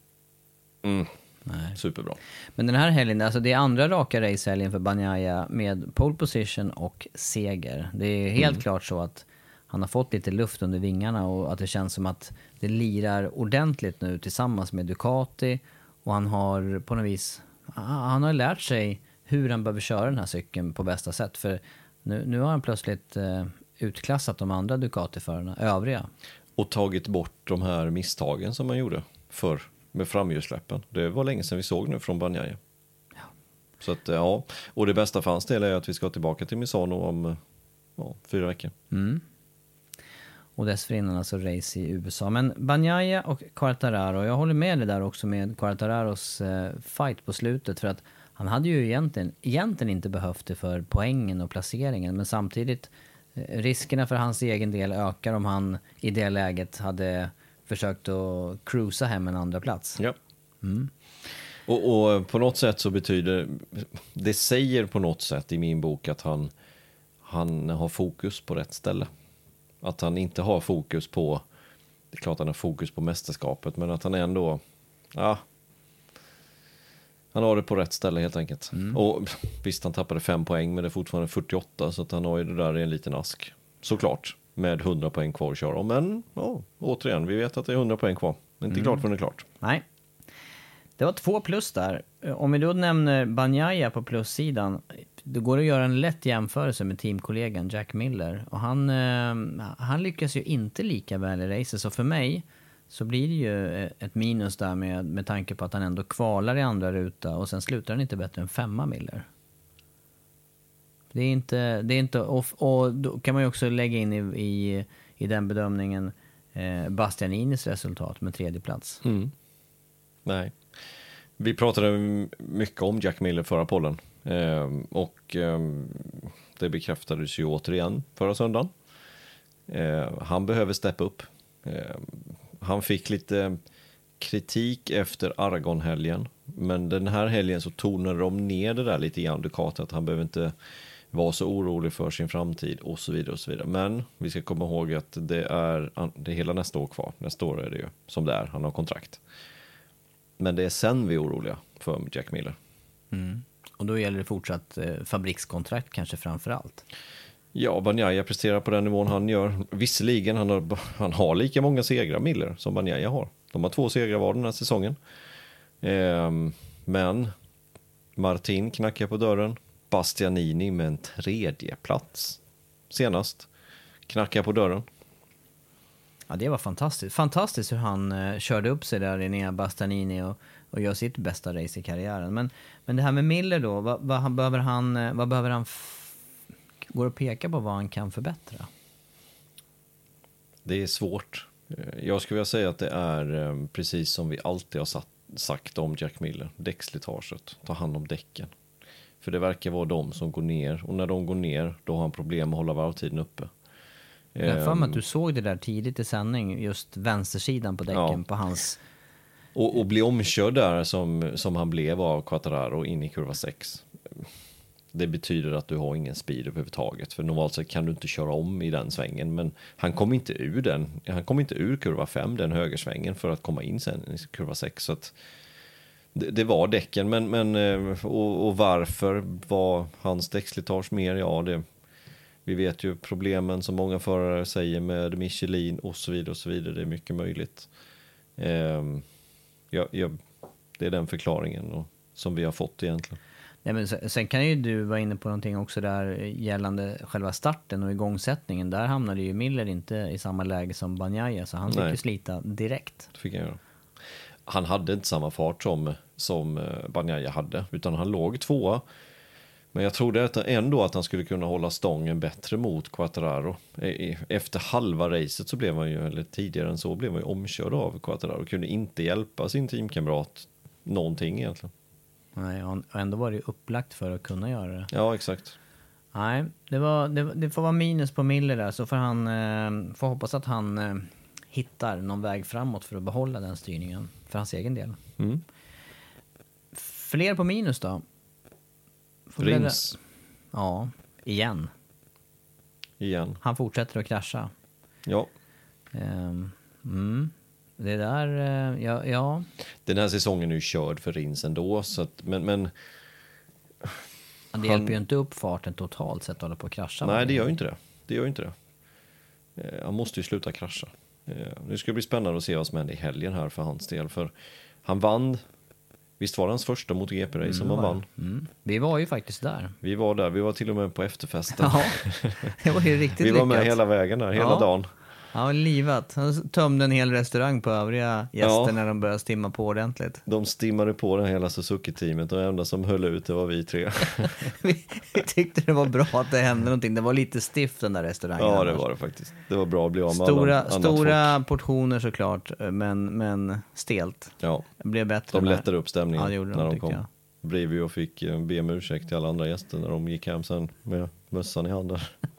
Nej. Superbra. Men den här helgen, alltså det är andra raka racehelgen för Bagnaia med pole position och seger. Det är helt klart så att han har fått lite luft under vingarna och att det känns som att det lirar ordentligt nu tillsammans med Ducati. Och han har på något vis, han har lärt sig hur han behöver köra den här cykeln på bästa sätt. För nu har han plötsligt utklassat de andra Ducati-förarna, övriga. Och tagit bort de här misstagen som man gjorde förr med framhjulssläppen. Det var länge sedan vi såg nu från Bagnaia. Ja. Så att, ja. Och det bästa för hans del är att vi ska tillbaka till Misano om 4 veckor. Och dessförinnan alltså race i USA. Men Bagnaia och Quartararo, jag håller med dig där också med Quartararos fight på slutet. För att han hade ju egentligen inte behövt det för poängen och placeringen. Men samtidigt, riskerna för hans egen del ökar om han i det läget hade försökt att cruisa hem en andra plats. Ja. Och på något sätt så betyder, det säger på något sätt i min bok att han har fokus på rätt ställe. Att han inte har fokus på, det är klart han har fokus på mästerskapet, men att han ändå, han har det på rätt ställe helt enkelt. Och visst, han tappade 5 poäng, men det är fortfarande 48, så att han har ju det där i en liten ask. Såklart, med 100 poäng kvar att köra. Men återigen, vi vet att det är 100 poäng kvar. Det är inte klart förrän det är klart. Nej. Det var 2 plus där. Om vi då nämner Bagnaia på plussidan, då går det att göra en lätt jämförelse med teamkollegan Jack Miller. Och han lyckas ju inte lika väl i racet. Så för mig så blir det ju ett minus där med tanke på att han ändå kvalar i andra ruta. Och sen slutar han inte bättre än 5 Miller. Det är inte och då kan man ju också lägga in i den bedömningen Bastianinis resultat med 3:e plats. Nej. Vi pratade mycket om Jack Miller förra podden. Och det bekräftades ju återigen förra söndagen. Han behöver steppa upp. Han fick lite kritik efter Aragon-helgen. Men den här helgen så tonade de ner det där lite grann, Ducati, att han behöver inte vara så orolig för sin framtid och så vidare och så vidare. Men vi ska komma ihåg att det är hela nästa år kvar. Nästa år är det ju som det är, han har kontrakt. Men det är sen vi är oroliga för Jack Miller. Och då gäller det fortsatt fabrikskontrakt kanske framför allt. Ja, Bagnaia presterar på den nivån han gör. Visserligen, han har lika många segrar Miller som Bagnaia har. De har 2 segrar var den här säsongen. Men Martin knackar på dörren. Bastianini med en 3:e plats senast knackar på dörren. Ja, det var fantastiskt. Fantastiskt hur han körde upp sig där i nya Bastianini och gör sitt bästa race i karriären. Men det här med Miller då, vad behöver han går att peka på vad han kan förbättra? Det är svårt. Jag skulle vilja säga att det är precis som vi alltid har sagt om Jack Miller. Däckslitaget. Ta hand om däcken. För det verkar vara de som går ner. Och när de går ner, då har han problem att hålla varvtiden uppe. Jag för mig att du såg det där tidigt i sändning, just vänstersidan på däcken på hans... Och bli omkörd där som han blev av Quartararo in i kurva 6. Det betyder att du har ingen speed överhuvudtaget. För normalt sett kan du inte köra om i den svängen. Men han kom inte ur den. Han kom inte ur kurva 5, den högersvängen, för att komma in sen i kurva 6. Så att det var däcken. Men och varför var hans däckslitage mer? Ja, vi vet ju problemen som många förare säger med Michelin och så vidare och så vidare. Det är mycket möjligt. Det är den förklaringen som vi har fått egentligen. Nej, men sen kan ju du vara inne på någonting också där gällande själva starten och igångsättningen. Där hamnade ju Miller inte i samma läge som Bagnaia, så han fick ju slita direkt. Det fick jag göra. han hade inte samma fart som Bagnaia hade, utan han låg 2. Men jag trodde ändå att han skulle kunna hålla stången bättre mot Quartararo. Efter halva racet så blev han ju, eller tidigare än så, blev han ju omkörd av Quartararo. Kunde inte hjälpa sin teamkamrat någonting egentligen. Nej, och ändå var det upplagt för att kunna göra det. Ja, exakt. Nej, det får vara minus på Miller där, så får hoppas att han hittar någon väg framåt för att behålla den styrningen för hans egen del. Fler på minus då? Rins. Ja, igen. Han fortsätter att krascha. Ja. Det där, ja. Den här säsongen är ju körd för Rins ändå, så att, men det hjälper ju inte upp farten totalt sett att hålla på att krascha. Nej, det gör ju inte det. Han måste ju sluta krascha. Det ska bli spännande att se vad som händer i helgen här för hans del, för han vann. Visst var det hans första MotoGP-race som han vann? Vi var ju faktiskt där. Vi var till och med på efterfesten. Ja, det var ju riktigt lyckat. Vi var med lyckat. hela vägen där, hela dagen. Ja, livat. Han tömde en hel restaurang på övriga gäster när de började stimma på ordentligt. De stimmade på det hela Suzuki-teamet och det enda som höll ut, det var vi 3. vi tyckte det var bra att det hände någonting. Det var lite stift den där restaurangen. Ja, det var det faktiskt. Det var bra att bli av med stora portioner såklart, men stelt. Ja, det blev bättre. De lättade upp stämningen när de kom. Brivio fick be om ursäkt till alla andra gäster när de gick hem sen med mössan i handen.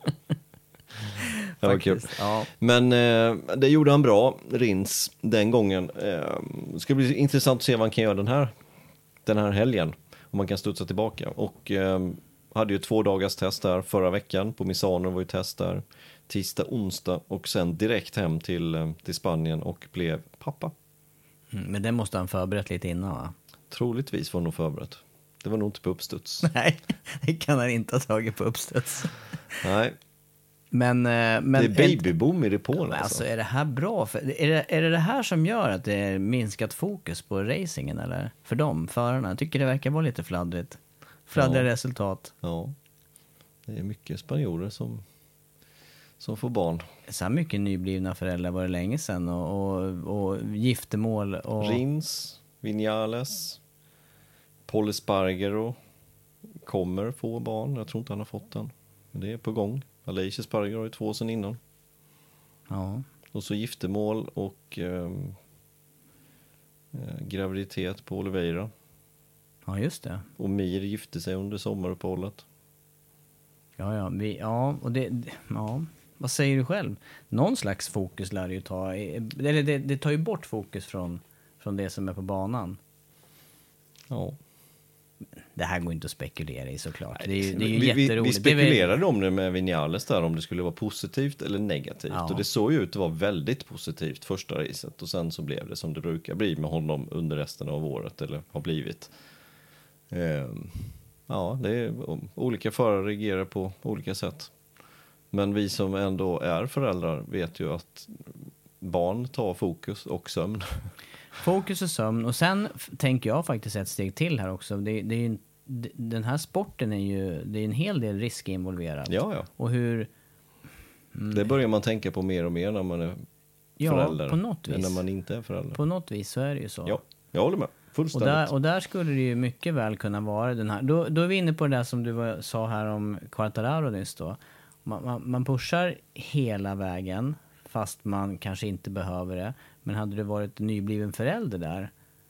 Det var kul. Ja. Men det gjorde han bra, Rins, den gången. Det ska bli intressant att se vad han kan göra den här helgen. Om man kan studsa tillbaka. Och hade ju 2 dagars test där förra veckan. På Misano var ju test där. Tisdag, onsdag och sen direkt hem till Spanien och blev pappa. Men det måste han förberett lite innan, va? Troligtvis var han nog förberett. Det var nog inte på uppstuds. Nej, det kan han inte ha tagit på uppstuds. Nej. Men det är babyboom i depån. Alltså, är det här bra? Är det här som gör att det är minskat fokus på racingen, eller? För de förarna. Jag tycker det verkar vara lite fladdrigt. Fladdriga resultat. Ja. Det är mycket spanjorer som får barn. Så här mycket nyblivna föräldrar var det länge sedan. Och giftermål. Och... Rins, Vinales, Pol Espargaro kommer få barn. Jag tror inte han har fått den. Men det är på gång. Aleix Espargaro har ju 2 sedan innan. Ja. Och så giftermål och graviditet på Oliveira. Ja, just det. Och Mir gifte sig under sommaruppehållet. Vad säger du själv? Någon slags fokus lär ju ta. Eller det tar ju bort fokus från det som är på banan. Ja. Det här går inte att spekulera i såklart. Det är ju jätteroligt. Vi spekulerade om det med Vinales där, om det skulle vara positivt eller negativt. Ja. Och det såg ju ut att vara väldigt positivt första racet. Och sen så blev det som det brukar bli med honom under resten av året, eller har blivit. Ja, det är olika förare reagerar på olika sätt. Men vi som ändå är föräldrar vet ju att barn tar fokus och sömn. Fokus och sömn. Och sen tänker jag faktiskt ett steg till här också. Den här sporten är ju, det är en hel del risk involverad. Ja. Och hur... Det börjar man tänka på mer och mer när man är förälder. På något vis. Än när man inte är förälder. På något vis så är det ju så. Ja, jag håller med. Fullständigt. Och där skulle det ju mycket väl kunna vara den här. Då är vi inne på det där som du sa här om Quartararo nyss då. Man pushar hela vägen fast man kanske inte behöver det. Men hade det varit en nybliven förälder där,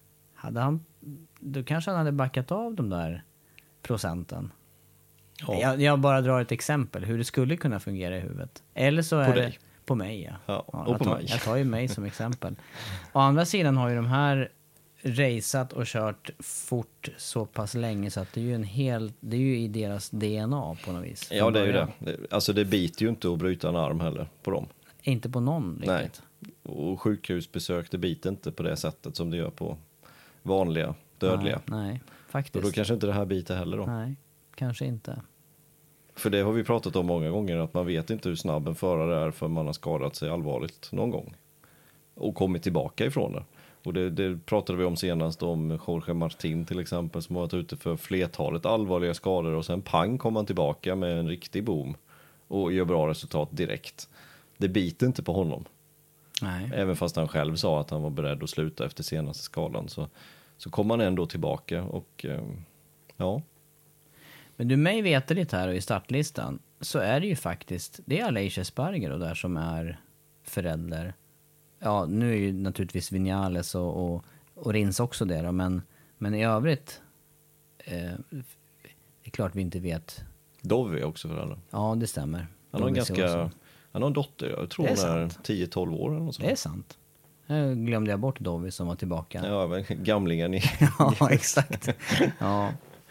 då kanske han hade backat av de där procenten. Ja. Jag bara drar ett exempel hur det skulle kunna fungera i huvudet. Eller så är det på mig. Jag tar ju mig som exempel. Å andra sidan har ju de här raceat och kört fort så pass länge så att det är ju det är ju i deras DNA på något vis. Ja, det är ju det. Alltså det biter ju inte att bryta en arm heller på dem. Inte på någon riktigt. Nej. Och sjukhusbesök, det biter inte på det sättet som det gör på vanliga dödliga. Nej, faktiskt. Och då kanske inte det här biter heller då. Nej, kanske inte. För det har vi pratat om många gånger, att man vet inte hur snabb en förare är för man har skadat sig allvarligt någon gång. Och kommit tillbaka ifrån det. Och det pratade vi om senast om Jorge Martin till exempel, som har varit ute för flertalet allvarliga skador och sen pang kom han tillbaka med en riktig boom och gör bra resultat direkt. Det biter inte på honom. Nej. Även fast han själv sa att han var beredd att sluta efter senaste skadan så kom han ändå tillbaka och ja. Men du, mig veterligt här i startlistan så är det ju faktiskt, det är Aleix Espargaro och där som är förälder. Ja, nu är ju naturligtvis Viñales och Rins också det då, men i övrigt det är klart vi inte vet. Dovi också förälder. Ja, det stämmer. Han har en dotter, jag tror hon är 10-12 år eller något sånt. Det är sant. Jag glömde jag bort Dovi som var tillbaka. Ja, men gamlingen i... Ja, exakt. Ja.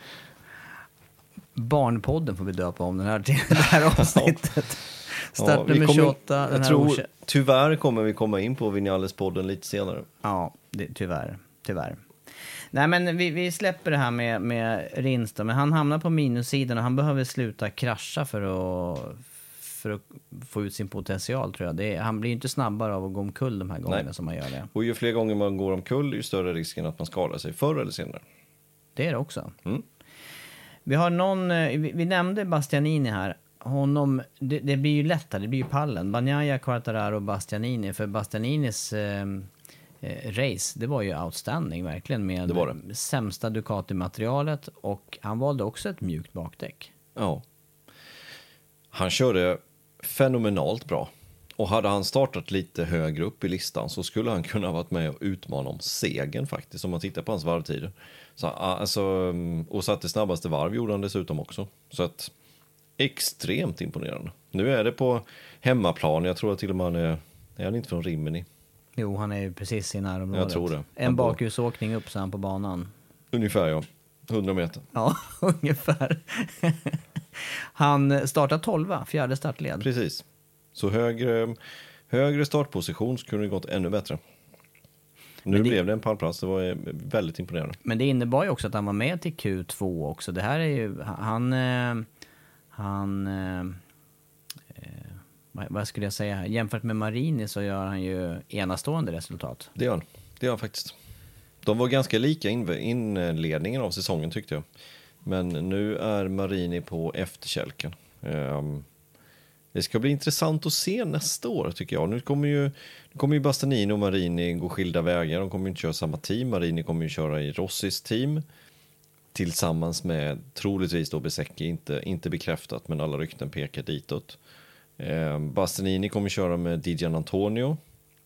Barnpodden får vi döpa om det här avsnittet. Start nummer 28. Jag tror tyvärr kommer vi komma in på Viñales-podden lite senare. Ja, tyvärr. Nej, men vi släpper det här med Rins då. Men han hamnar på minussidan och han behöver sluta krascha för att få ut sin potential, tror jag. Han blir ju inte snabbare av att gå omkull de här gångerna som man gör det. Och ju fler gånger man går omkull, ju större risken att man skadar sig förr eller senare. Det är det också. Mm. Vi har vi nämnde Bastianini här. Honom, det blir ju lättare, det blir ju pallen. Bagnaia, Quartararo och Bastianini. För Bastianinis race, det var ju outstanding verkligen med det sämsta Ducati-materialet. Och han valde också ett mjukt bakdäck. Ja. Han körde fenomenalt bra. Och hade han startat lite högre upp i listan så skulle han kunna varit med och utmana om segern faktiskt, om man tittar på hans varvtider. Så, alltså, och satte snabbaste varv gjorde han dessutom också. Så att extremt imponerande. Nu är det på hemmaplan, jag tror att till och med är han inte från Rimini? Jo, han är ju precis i närområdet. Jag tror det. En bakhusåkning upp så han på banan. Ungefär, ja. 100 meter. Ja, ungefär. Han startar 12, fjärde startled. Precis. Så högre startposition skulle det gått ännu bättre. Nu blev det en pallplats, det var väldigt imponerande. Men det innebar ju också att han var med till Q2 också. Det här är ju, vad skulle jag säga här? Jämfört med Marini så gör han ju enastående resultat. Det gör han faktiskt. De var ganska lika inledningen av säsongen tyckte jag. Men nu är Marini på efterkälken. Det ska bli intressant att se nästa år tycker jag. Nu kommer ju Bastianini och Marini gå skilda vägar. De kommer inte köra samma team. Marini kommer ju köra i Rossis team. Tillsammans med troligtvis då Bezzecchi, inte bekräftat men alla rykten pekar ditåt. Bastianini kommer köra med Di Giannantonio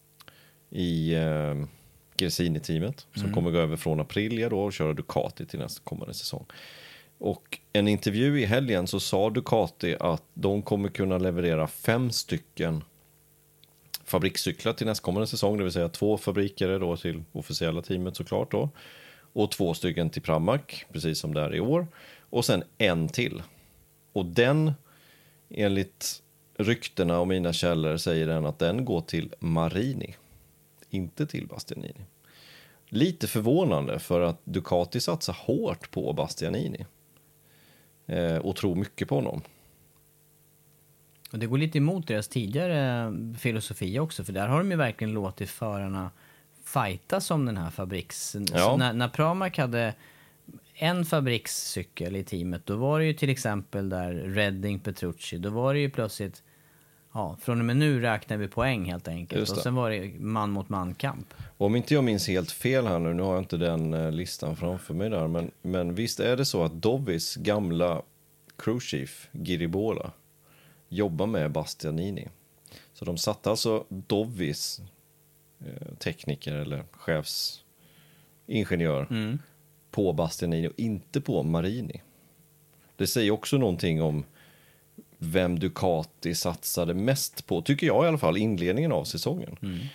i Gresini-teamet. Som kommer gå över från Aprilia då och köra Ducati till nästa kommande säsong. Och en intervju i helgen så sa Ducati att de kommer kunna leverera 5 stycken fabrikscyklar till nästkommande säsong. Det vill säga 2 fabriker då till officiella teamet såklart då. Och 2 stycken till Pramac, precis som där i år. Och sen en till. Och den, enligt ryktena och mina källor, säger den att den går till Marini. Inte till Bastianini. Lite förvånande för att Ducati satsar hårt på Bastianini. Och tror mycket på honom. Och det går lite emot deras tidigare filosofi också. För där har de ju verkligen låtit förarna fighta som den här fabriks... Ja. Så när Pramac hade en fabrikscykel i teamet, då var det ju till exempel där Redding, Petrucci, då var det ju plötsligt... Ja, från och med nu räknar vi poäng helt enkelt. Och sen var det man mot man kamp. Om inte jag minns helt fel här nu har jag inte den listan framför mig där. Men visst är det så att Dovis gamla crewchief Giribola jobbar med Bastianini. Så de satte alltså Dovis tekniker eller chefsingenjör på Bastianini och inte på Marini. Det säger också någonting om vem Ducati satsade mest på, tycker jag i alla fall, inledningen av säsongen.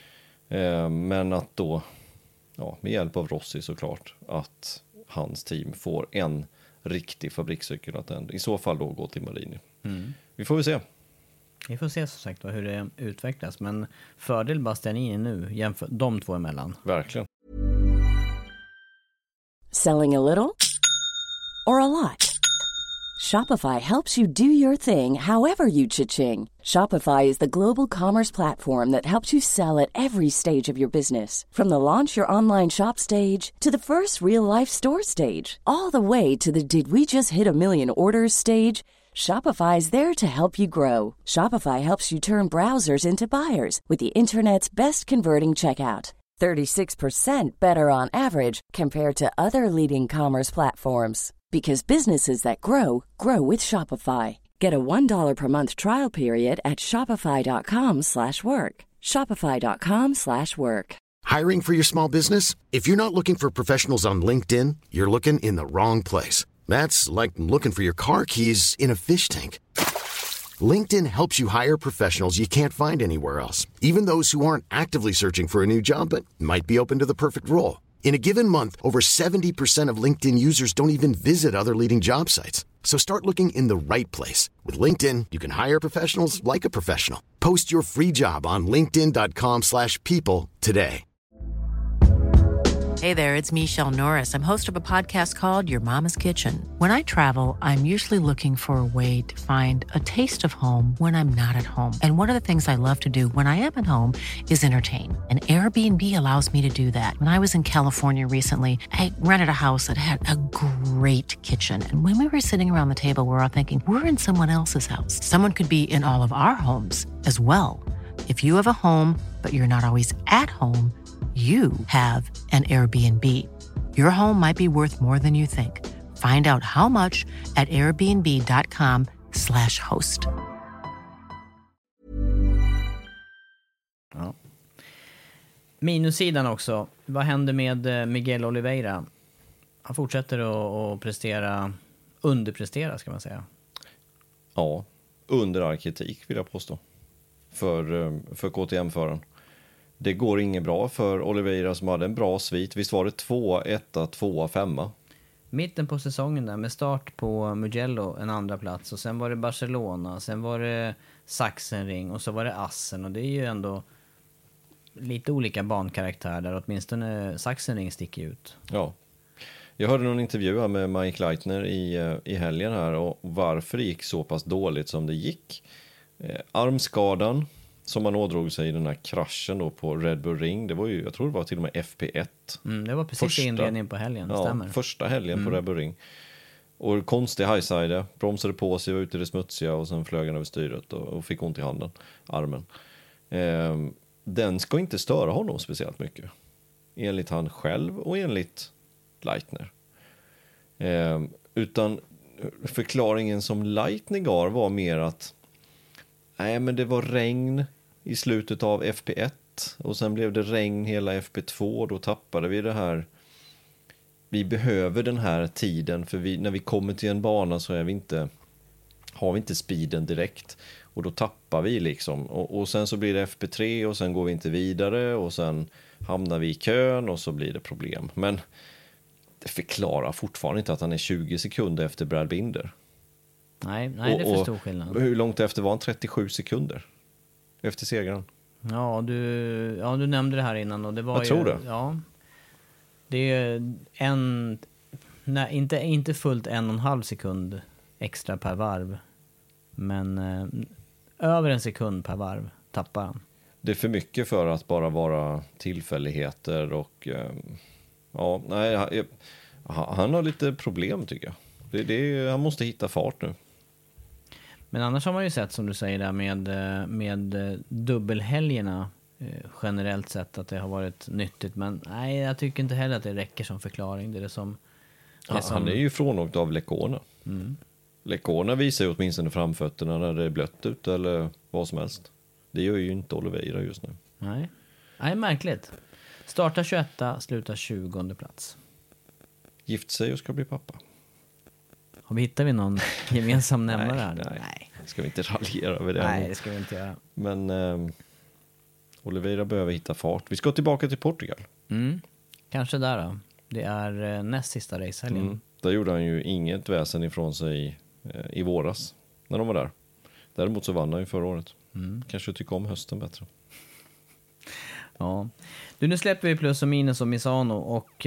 Men att då, med hjälp av Rossi såklart, att hans team får en riktig fabrikscykel, att den i så fall då går till Marini. Vi får väl se. Vi får se som sagt hur det utvecklas, men fördel Bastianini nu jämför de två emellan. Verkligen. Selling a little or a lot? Shopify helps you do your thing however you cha-ching. Shopify is the global commerce platform that helps you sell at every stage of your business. From the launch your online shop stage to the first real life store stage, all the way to the did we just hit a million orders stage. Shopify is there to help you grow. Shopify helps you turn browsers into buyers with the internet's best converting checkout. 36% better on average compared to other leading commerce platforms. Because businesses that grow, grow with Shopify. Get a $1 per month trial period at shopify.com/work. Shopify.com/work. Hiring for your small business? If you're not looking for professionals on LinkedIn, you're looking in the wrong place. That's like looking for your car keys in a fish tank. LinkedIn helps you hire professionals you can't find anywhere else, even those who aren't actively searching for a new job but might be open to the perfect role. In a given month, over 70% of LinkedIn users don't even visit other leading job sites. So start looking in the right place. With LinkedIn, you can hire professionals like a professional. Post your free job on linkedin.com/people today. Hey there, it's Michelle Norris. I'm host of a podcast called Your Mama's Kitchen. When I travel, I'm usually looking for a way to find a taste of home when I'm not at home. And one of the things I love to do when I am at home is entertain. And Airbnb allows me to do that. When I was in California recently, I rented a house that had a great kitchen. And when we were sitting around the table, we were all thinking, we're in someone else's house. Someone could be in all of our homes as well. If you have a home, but you're not always at home, you have an Airbnb. Your home might be worth more than you think. Find out how much at airbnb.com/host. Ja. Minussidan också. Vad händer med Miguel Oliveira? Han fortsätter att underprestera ska man säga. Ja, under all kritik vill jag påstå. För KTM-föraren. Det går inget bra för Oliveira som hade en bra svit. Visst var det 2-1, 2-5? Mitten på säsongen där med start på Mugello, en andra plats. Och sen var det Barcelona, sen var det Sachsenring och så var det Assen. Och det är ju ändå lite olika bankaraktär där. Åtminstone Sachsenring sticker ut. Ja. Jag hörde någon intervju här med Mike Leitner i helgen här. Och varför det gick så pass dåligt som det gick. Armskadan som man ådrog sig i den här kraschen då på Red Bull Ring. Det var ju, jag tror det var till och med FP1. Det var precis inledningen på helgen, stämmer. Första helgen på Red Bull Ring. Och konstig highside, bromsade på sig, var ute i det smutsiga och sen flög han över styret och fick ont i handen, armen. Den ska inte störa honom speciellt mycket. Enligt han själv och enligt Leitner. Utan förklaringen som Leitner gav var mer att nej, men det var regn i slutet av FP1 och sen blev det regn hela FP2 och då tappade vi det här. Vi behöver den här tiden för när vi kommer till en bana så har vi inte speeden direkt och då tappar vi liksom. Och sen så blir det FP3 och sen går vi inte vidare och sen hamnar vi i kön och så blir det problem. Men det förklarar fortfarande inte att han är 20 sekunder efter Brad Binder. Nej, det är för stor skillnad. Hur långt efter var han? 37 sekunder efter segern. Ja, du nämnde det här innan och det var jag tror det. Ja. Det är inte fullt 1,5 sekund extra per varv. Men över en sekund per varv tappar han. Det är för mycket för att bara vara tillfälligheter och han har lite problem tycker jag. Han måste hitta fart nu. Men annars har man ju sett som du säger där med dubbelhelgerna generellt sett att det har varit nyttigt. Men nej, jag tycker inte heller att det räcker som förklaring. Det är som... Han är ju frånåkt av Lecona. Lecona visar ju åtminstone framfötterna när det är blött ut eller vad som helst. Det gör ju inte Oliveira just nu. Nej, märkligt. Starta 21, sluta 20:e plats. Gift sig och ska bli pappa. Hittar vi någon gemensam nämnare här? Nej. Ska vi inte raljera över det? Nej, det ska vi inte göra. Men Oliveira behöver hitta fart. Vi ska tillbaka till Portugal. Kanske där då. Det är näst sista racehelgen. Där gjorde han ju inget väsen ifrån sig i våras när de var där. Däremot så vann han ju förra året. Kanske tycker om hösten bättre. Ja. Nu släpper vi plus och minus och Misano och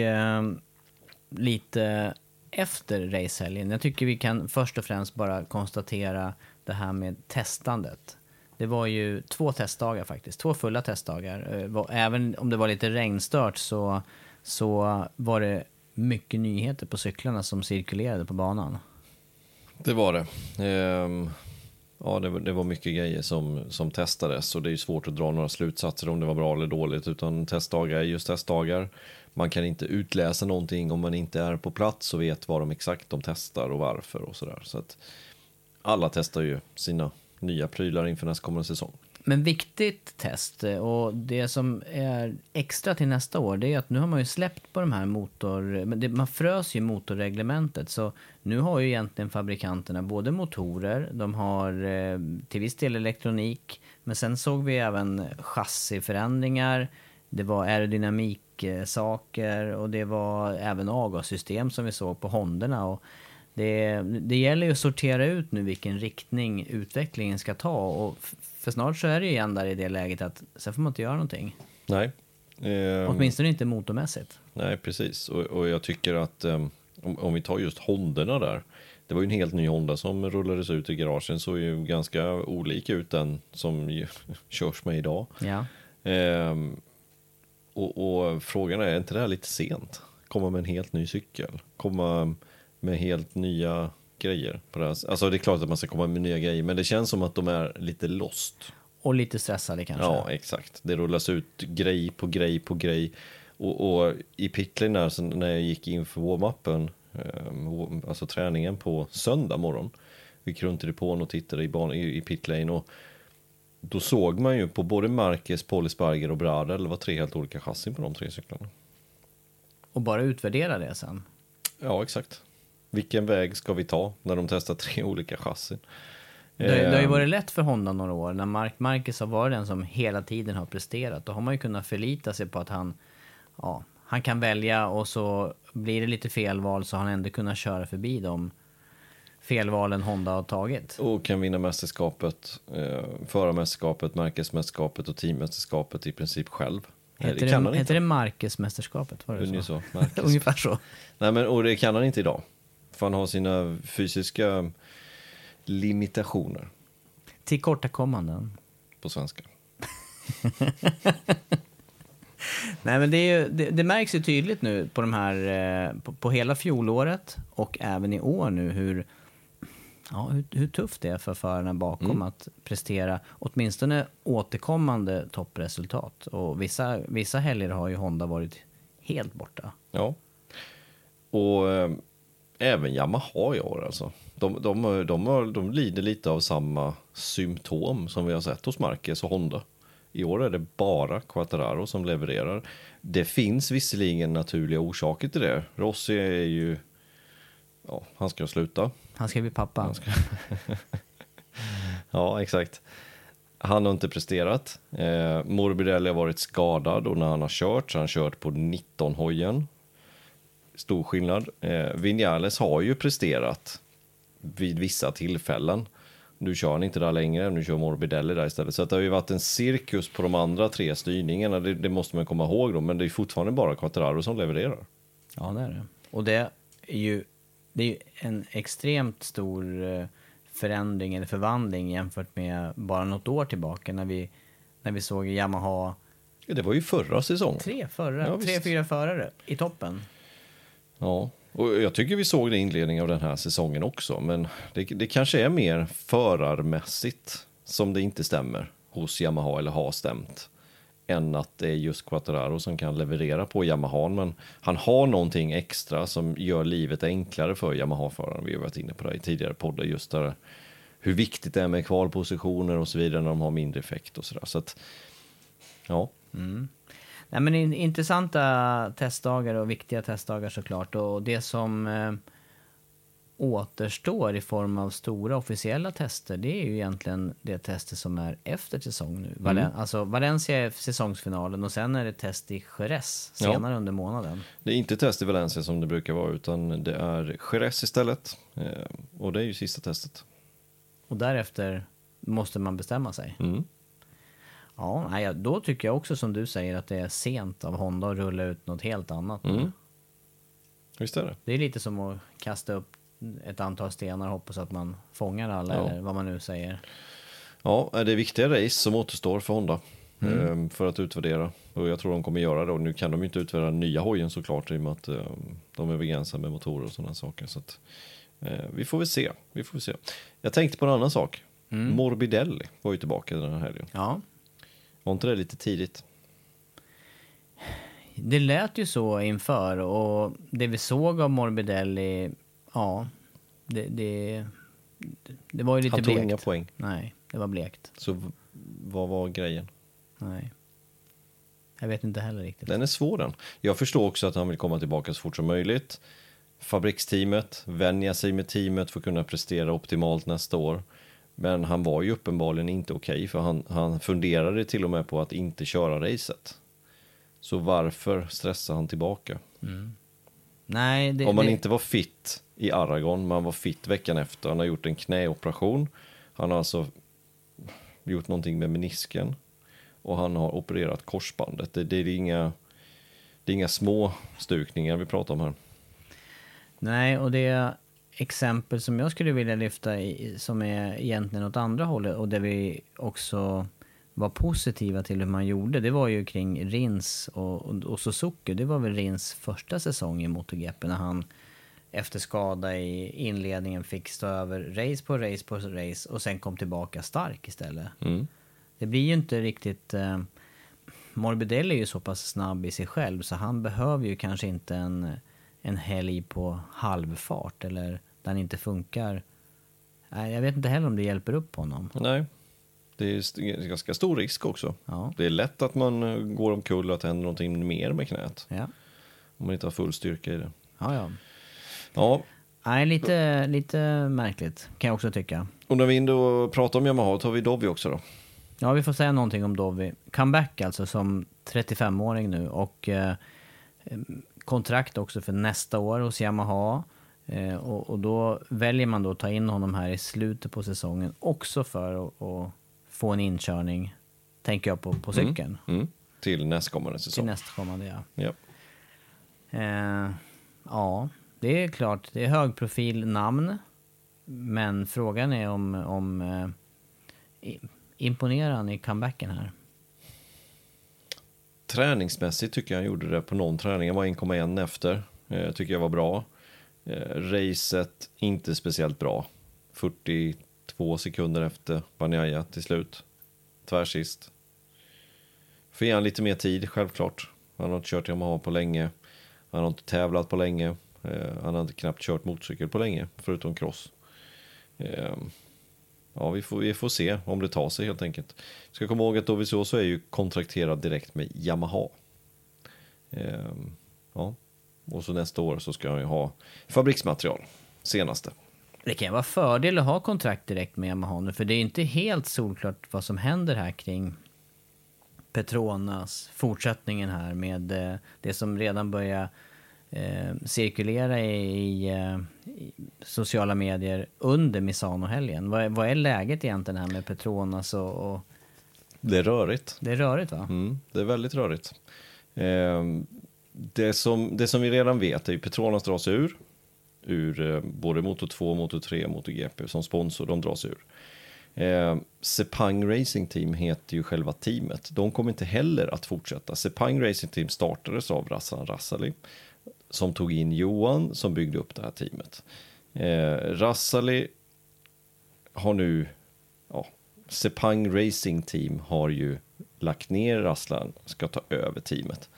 lite efter racehelgen. Jag tycker vi kan först och främst bara konstatera det här med testandet. Det var ju 2 testdagar faktiskt. 2 fulla testdagar. Även om det var lite regnstört så var det mycket nyheter på cyklarna som cirkulerade på banan. Det var det. Ja, det var mycket grejer som testades och det är ju svårt att dra några slutsatser om det var bra eller dåligt, utan testdagar är just testdagar. Man kan inte utläsa någonting om man inte är på plats och vet vad de exakt de testar och varför och sådär. Så att alla testar ju sina nya prylar inför nästkommande säsong. Men viktigt test, och det som är extra till nästa år, det är att nu har man ju släppt på de här man frös ju motorreglementet, så nu har ju egentligen fabrikanterna både motorer, de har till viss del elektronik, men sen såg vi även chassiförändringar, det var aerodynamiksaker och det var även avgassystem som vi såg på Hondorna, och det gäller ju att sortera ut nu vilken riktning utvecklingen ska ta, och för snart så är det ju igen där i det läget att sen får man inte göra någonting. Nej. Åtminstone inte motormässigt. Nej, precis. Och jag tycker att om vi tar just Hondorna där, det var ju en helt ny Honda som rullades ut i garagen, så ju ganska olik ut den som ju körs med idag. Ja. Och frågan är inte det här lite sent? Komma med en helt ny cykel? Komma med helt nya grejer på det här. Alltså det är klart att man ska komma med nya grejer, men det känns som att de är lite lost. Och lite stressade kanske. Ja, exakt. Det rullas ut grej på grej på grej. Och i pitlane där, så när jag gick in för warm-upen, alltså träningen på söndag morgon, vi gick runt i depån och tittade i pitlane, och då såg man ju på både Marquez, Polisparger och Bradel, det var 3 helt olika chassin på de 3 cyklarna. Och bara utvärdera det sen. Ja, exakt. Vilken väg ska vi ta när de testar 3 olika chassin? Det har ju varit lätt för Honda några år. När Marquez har varit den som hela tiden har presterat, då har man ju kunnat förlita sig på att han kan välja, och så blir det lite felval så har han ändå kunnat köra förbi de felvalen Honda har tagit. Och kan vinna mästerskapet, förarmästerskapet, Marquez-mästerskapet och teammästerskapet i princip själv. Heter det Marquez-mästerskapet? Var det så? Ungefär så. Nej, men och det kan han inte idag. För han har sina fysiska limitationer. Tillkortakommanden. På svenska. Nej, men det märks ju tydligt nu på de här på hela fjolåret och även i år nu hur tufft det är för förarna bakom att prestera åtminstone återkommande toppresultat. Och vissa helger har ju Honda varit helt borta. Ja. Och även Yamaha i år alltså. De lider lite av samma symptom som vi har sett hos Marquez och Honda. I år är det bara Quartararo som levererar. Det finns visserligen naturliga orsaker till det. Rossi är ju... Ja, han ska sluta. Han ska bli pappa. Ja, exakt. Han har inte presterat. Morbidelli har varit skadad, och när han har kört så har han kört på 19-hojen. Stor skillnad. Vinales har ju presterat vid vissa tillfällen. Nu kör han inte där längre, nu kör Morbidelli där istället. Så att det har ju varit en cirkus på de andra 3 styrningarna, det måste man komma ihåg då. Men det är fortfarande bara Quartararo som levererar. Ja, det är det. Och det är ju en extremt stor förändring eller förvandling jämfört med bara något år tillbaka när vi såg Yamaha. Ja, det var ju förra säsongen. 3-4 förare i toppen. Ja, och jag tycker vi såg det i inledningen av den här säsongen också. Men det kanske är mer förarmässigt som det inte stämmer hos Yamaha, eller har stämt, än att det är just Quartararo som kan leverera på Yamaha. Men han har någonting extra som gör livet enklare för Yamaha-föraren. Vi har varit inne på det i tidigare poddar, just där hur viktigt det är med kvalpositioner och så vidare när de har mindre effekt och sådär. Så att, ja. Nej, men intressanta testdagar och viktiga testdagar såklart. Och det som återstår i form av stora officiella tester, det är ju egentligen det tester som är efter säsong nu. Alltså Valencia är säsongsfinalen, och sen är det test i Jerez senare under månaden. Det är inte test i Valencia som det brukar vara, utan det är Jerez istället. Och det är ju sista testet. Och därefter måste man bestämma sig. Ja, då tycker jag också som du säger att det är sent av Honda att rulla ut något helt annat. Visst är det. Det är lite som att kasta upp ett antal stenar och hoppas att man fångar alla, eller vad man nu säger. Ja, det är viktiga race som återstår för Honda för att utvärdera. Och jag tror de kommer göra det. Och nu kan de inte utvärdera nya hojen såklart, i och med att de är begränsade med motorer och sådana saker. Så att Vi får väl se. Jag tänkte på en annan sak. Morbidelli var ju tillbaka den här helgen. Ja. Var inte det lite tidigt? Det lät ju så inför, och det vi såg av Morbidelli, ja, det var ju lite blekt. Han tog inga poäng. Nej, det var blekt. Så vad var grejen? Nej. Jag vet inte heller riktigt. Den är svår den. Jag förstår också att han vill komma tillbaka så fort som möjligt. Fabriksteamet, vänja sig med teamet för att kunna prestera optimalt nästa år. Men han var ju uppenbarligen inte okej, för han funderade till och med på att inte köra racet. Så varför stressar han tillbaka? Nej, om man inte var fit i Aragon, man var fit veckan efter. Han har gjort en knäoperation. Han har alltså gjort någonting med menisken. Och han har opererat korsbandet. Det är inga små stukningar vi pratar om här. Nej, och det exempel som jag skulle vilja lyfta som är egentligen åt andra hållet, och där vi också var positiva till hur man gjorde, det var ju kring Rins och Suzuki. Det var väl Rins första säsong i MotoGP, när han efter skada i inledningen fick stå över race på race och sen kom tillbaka stark istället. Det blir ju inte riktigt... Morbidelli är ju så pass snabb i sig själv, så han behöver ju kanske inte en helg på halvfart, eller där han inte funkar. Nej, jag vet inte heller om det hjälper upp honom. Nej, det är ganska stor risk också. Ja. Det är lätt att man går omkull och att det händer någonting mer med knät. Ja. Om man inte har full styrka i det. Ja. Nej, lite märkligt kan jag också tycka. Och när vi ändå pratar om Yamaha, tar vi Dovi också då. Ja, vi får säga någonting om Dovi. Comeback alltså som 35-åring nu, och kontrakt också för nästa år hos Yamaha. Och då väljer man då att ta in honom här i slutet på säsongen också för att få en inkörning, tänker jag, på cykeln. Till nästkommande säsong. Till nästkommande, ja. Ja, det är klart. Det är högprofil namn. Men frågan är om imponerar han i comebacken här? Träningsmässigt tycker jag han gjorde det på någon träning. Han var 1,1 efter. Tycker jag var bra. Racet inte speciellt bra. 42 sekunder efter Bagnaia till slut. Tvärsist. Får ge han lite mer tid, självklart. Han har inte kört Yamaha på länge. Han har inte tävlat på länge. Han har inte knappt kört motorcykel på länge, förutom cross. Ja, vi får se om det tar sig helt enkelt. Ska komma ihåg att Dovizioso är ju kontrakterad direkt med Yamaha. Ja. Och så nästa år så ska han ju ha fabriksmaterial, senaste. Det kan vara fördel att ha kontrakt direkt med Yamaha nu, för det är inte helt solklart vad som händer här kring Petronas, fortsättningen här med det som redan börjar cirkulera i sociala medier under Misano-helgen. Vad är läget egentligen här med Petronas och... Det är rörigt. Det är rörigt, va? Det är väldigt rörigt. Det som vi redan vet är ju Petronas dras ur både Moto 2, Moto 3 och MotoGP som sponsor, de dras ur. Sepang Racing Team heter ju själva teamet. De kommer inte heller att fortsätta. Sepang Racing Team startades av Razan Rassali, som tog in Johan som byggde upp det här teamet. Rassali har nu... Ja, Sepang Racing Team har ju lagt ner Rasslan, ska ta över teamet.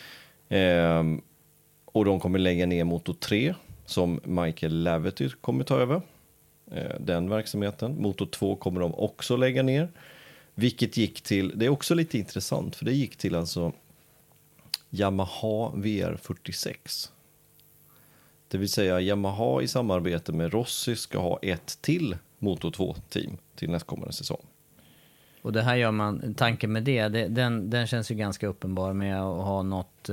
Och de kommer lägga ner Moto 3 som Michael Laverty kommer ta över. Den verksamheten. Moto 2 kommer de också lägga ner. Vilket gick till, det är också lite intressant, för det gick till alltså Yamaha VR46. Det vill säga Yamaha i samarbete med Rossi ska ha ett till Moto 2-team till nästkommande säsong. Och det här gör man, tanken med den känns ju ganska uppenbar med att ha något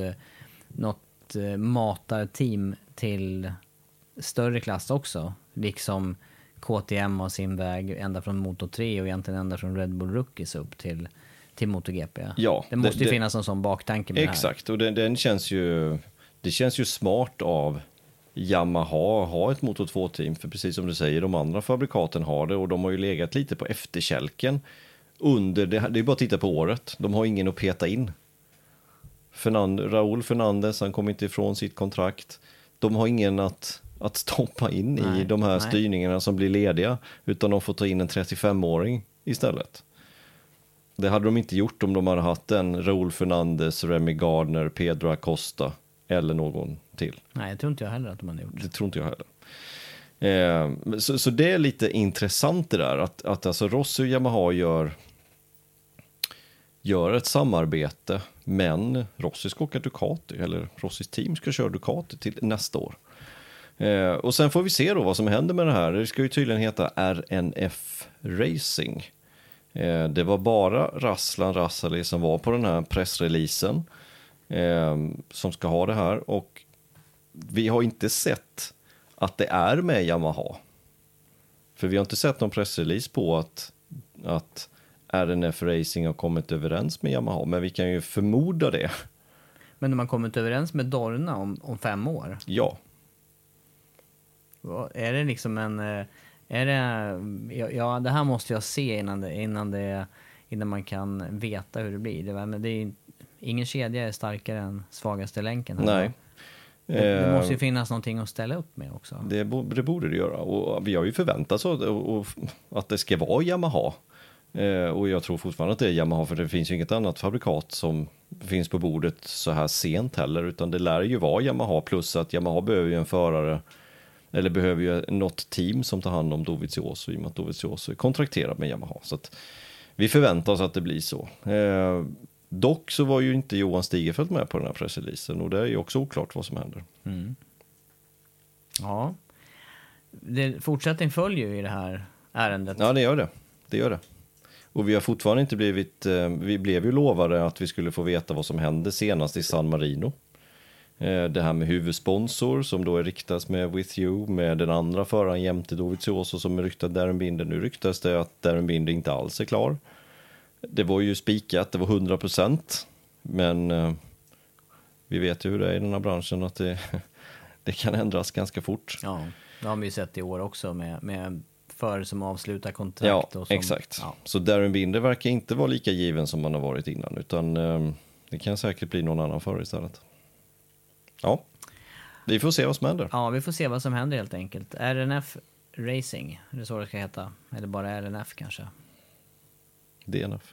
matarteam till större klass också. Liksom KTM har sin väg ända från Moto 3 och egentligen ända från Red Bull Rookies upp till MotoGP. Ja, det måste ju finnas en sån baktanke med exakt, det här. Och det känns ju smart av Yamaha att ha ett Moto 2-team, för precis som du säger, de andra fabrikaten har det och de har ju legat lite på efterkälken under det är bara att titta på året. De har ingen att peta in. Raúl Fernández, han kommer inte ifrån sitt kontrakt. De har ingen att att stoppa in i de här styrningarna som blir lediga, utan de får ta in en 35-åring istället. Det hade de inte gjort om de hade haft en Raúl Fernandez, Remy Gardner, Pedro Acosta eller någon till. Nej, jag tror inte jag heller att de hade gjort. Det tror inte jag heller. Så det är lite intressant det där, att alltså Rossi och Yamaha gör ett samarbete, men Rossi ska åka Ducati, eller Rossis team ska köra Ducati till nästa år. Och sen får vi se då vad som händer med det här. Det ska ju tydligen heta RNF Racing. Det var bara Raslan Rassali som var på den här pressreleasen som ska ha det här, och vi har inte sett att det är med Yamaha. För vi har inte sett någon pressrelease på att RNF Racing har kommit överens med Yamaha, men vi kan ju förmoda det. Men de har kommit överens med Dorna om 5 år? Ja. Är det liksom det här måste jag se innan man kan veta hur det blir. Men det är ingen kedja är starkare än svagaste länken här. Nej. Det måste ju finnas någonting att ställa upp med också. Det borde det göra. Och vi har ju förväntat oss att det ska vara Yamaha. Och jag tror fortfarande att det är Yamaha, för det finns ju inget annat fabrikat som finns på bordet så här sent heller, utan det lär ju vara Yamaha, plus att Yamaha behöver ju en förare, eller behöver ju något team som tar hand om Dovizioso, i och med att Dovizioso är kontrakterad med Yamaha. Så att vi förväntar oss att det blir så. Dock så var ju inte Johan Stigerfeldt med på den här pressreleasen, och det är ju också oklart vad som händer. Mm. Ja. Fortsättning följer ju i det här ärendet. Ja, det gör det. Och vi har fortfarande inte vi blev ju lovade att vi skulle få veta vad som hände senast i San Marino. Det här med huvudsponsor som då är riktas med With You, med den andra föraren jämte Dovizioso som är ryktad Darren Binder. Nu ryktas det att Darren Binder inte alls är klar. Det var ju spikat, det var 100%, men vi vet ju hur det är i den här branschen, att det kan ändras ganska fort. Ja, det har vi ju sett i år också med förare som avslutar kontrakt. Ja, och som, exakt. Ja. Så Darren Binder verkar inte vara lika given som man har varit innan, utan det kan säkert bli någon annan förare istället. Ja, vi får se vad som händer. Ja, vi får se vad som händer helt enkelt. RNF Racing, är det så det ska heta? Eller bara RNF kanske? DNF.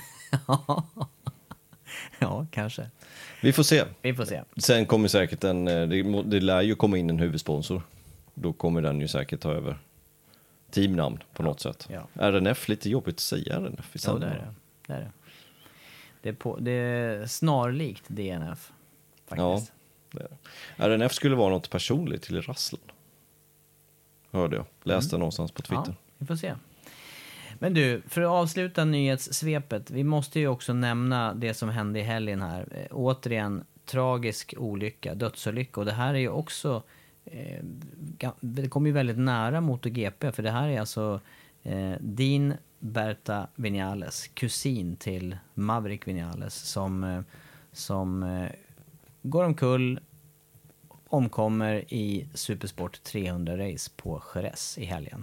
Ja, kanske. Vi får se. Sen kommer säkert det lär ju komma in en huvudsponsor. Då kommer den ju säkert ta över teamnamn på något sätt. Ja. RNF, lite jobbigt att säga RNF i samma. Ja, det är det. Det är snarlikt DNF faktiskt. Ja, det är det. RNF skulle vara något personligt till Rasslan. Hörde jag. Läste någonstans på Twitter. Ja, vi får se. Men du, för att avsluta nyhetssvepet, vi måste ju också nämna det som hände i helgen här. Återigen, tragisk olycka, dödsolycka. Och det här är ju också, det kommer ju väldigt nära MotoGP, för det här är alltså Dean Berta Vinales, kusin till Maverick Vinales, som går omkull, omkommer i Supersport 300-race på Jerez i helgen.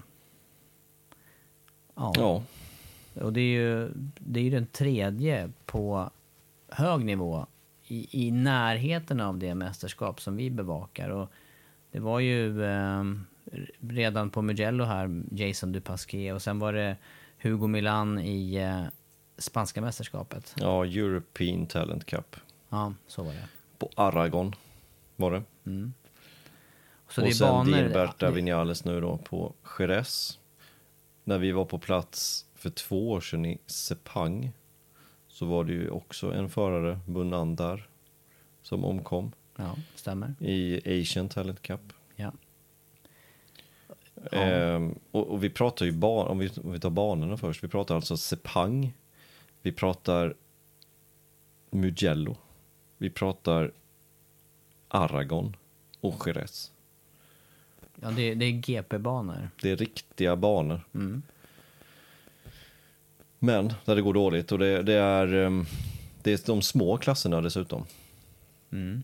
Ja. Och det är ju den tredje på hög nivå i närheten av det mästerskap som vi bevakar. Och det var ju redan på Mugello här, Jason Dupasquier, och sen var det Hugo Milan i spanska mästerskapet. Ja, European Talent Cup. Ja, så var det. På Aragon var det. Mm. Så och det är sen banor, Berta Vinales nu då på Jerez. När vi var på plats för 2 år sedan i Sepang, så var det ju också en förare, Bunandar, som omkom. Ja, stämmer. I Asian Talent Cup. Ja. Och vi pratar ju om vi tar banorna först. Vi pratar alltså Sepang. Vi pratar Mugello. Vi pratar Aragon och Jerez. Ja, det är GP-banor. Det är riktiga banor. Mm. Men där det går dåligt. Och det är de små klasserna dessutom. Mm.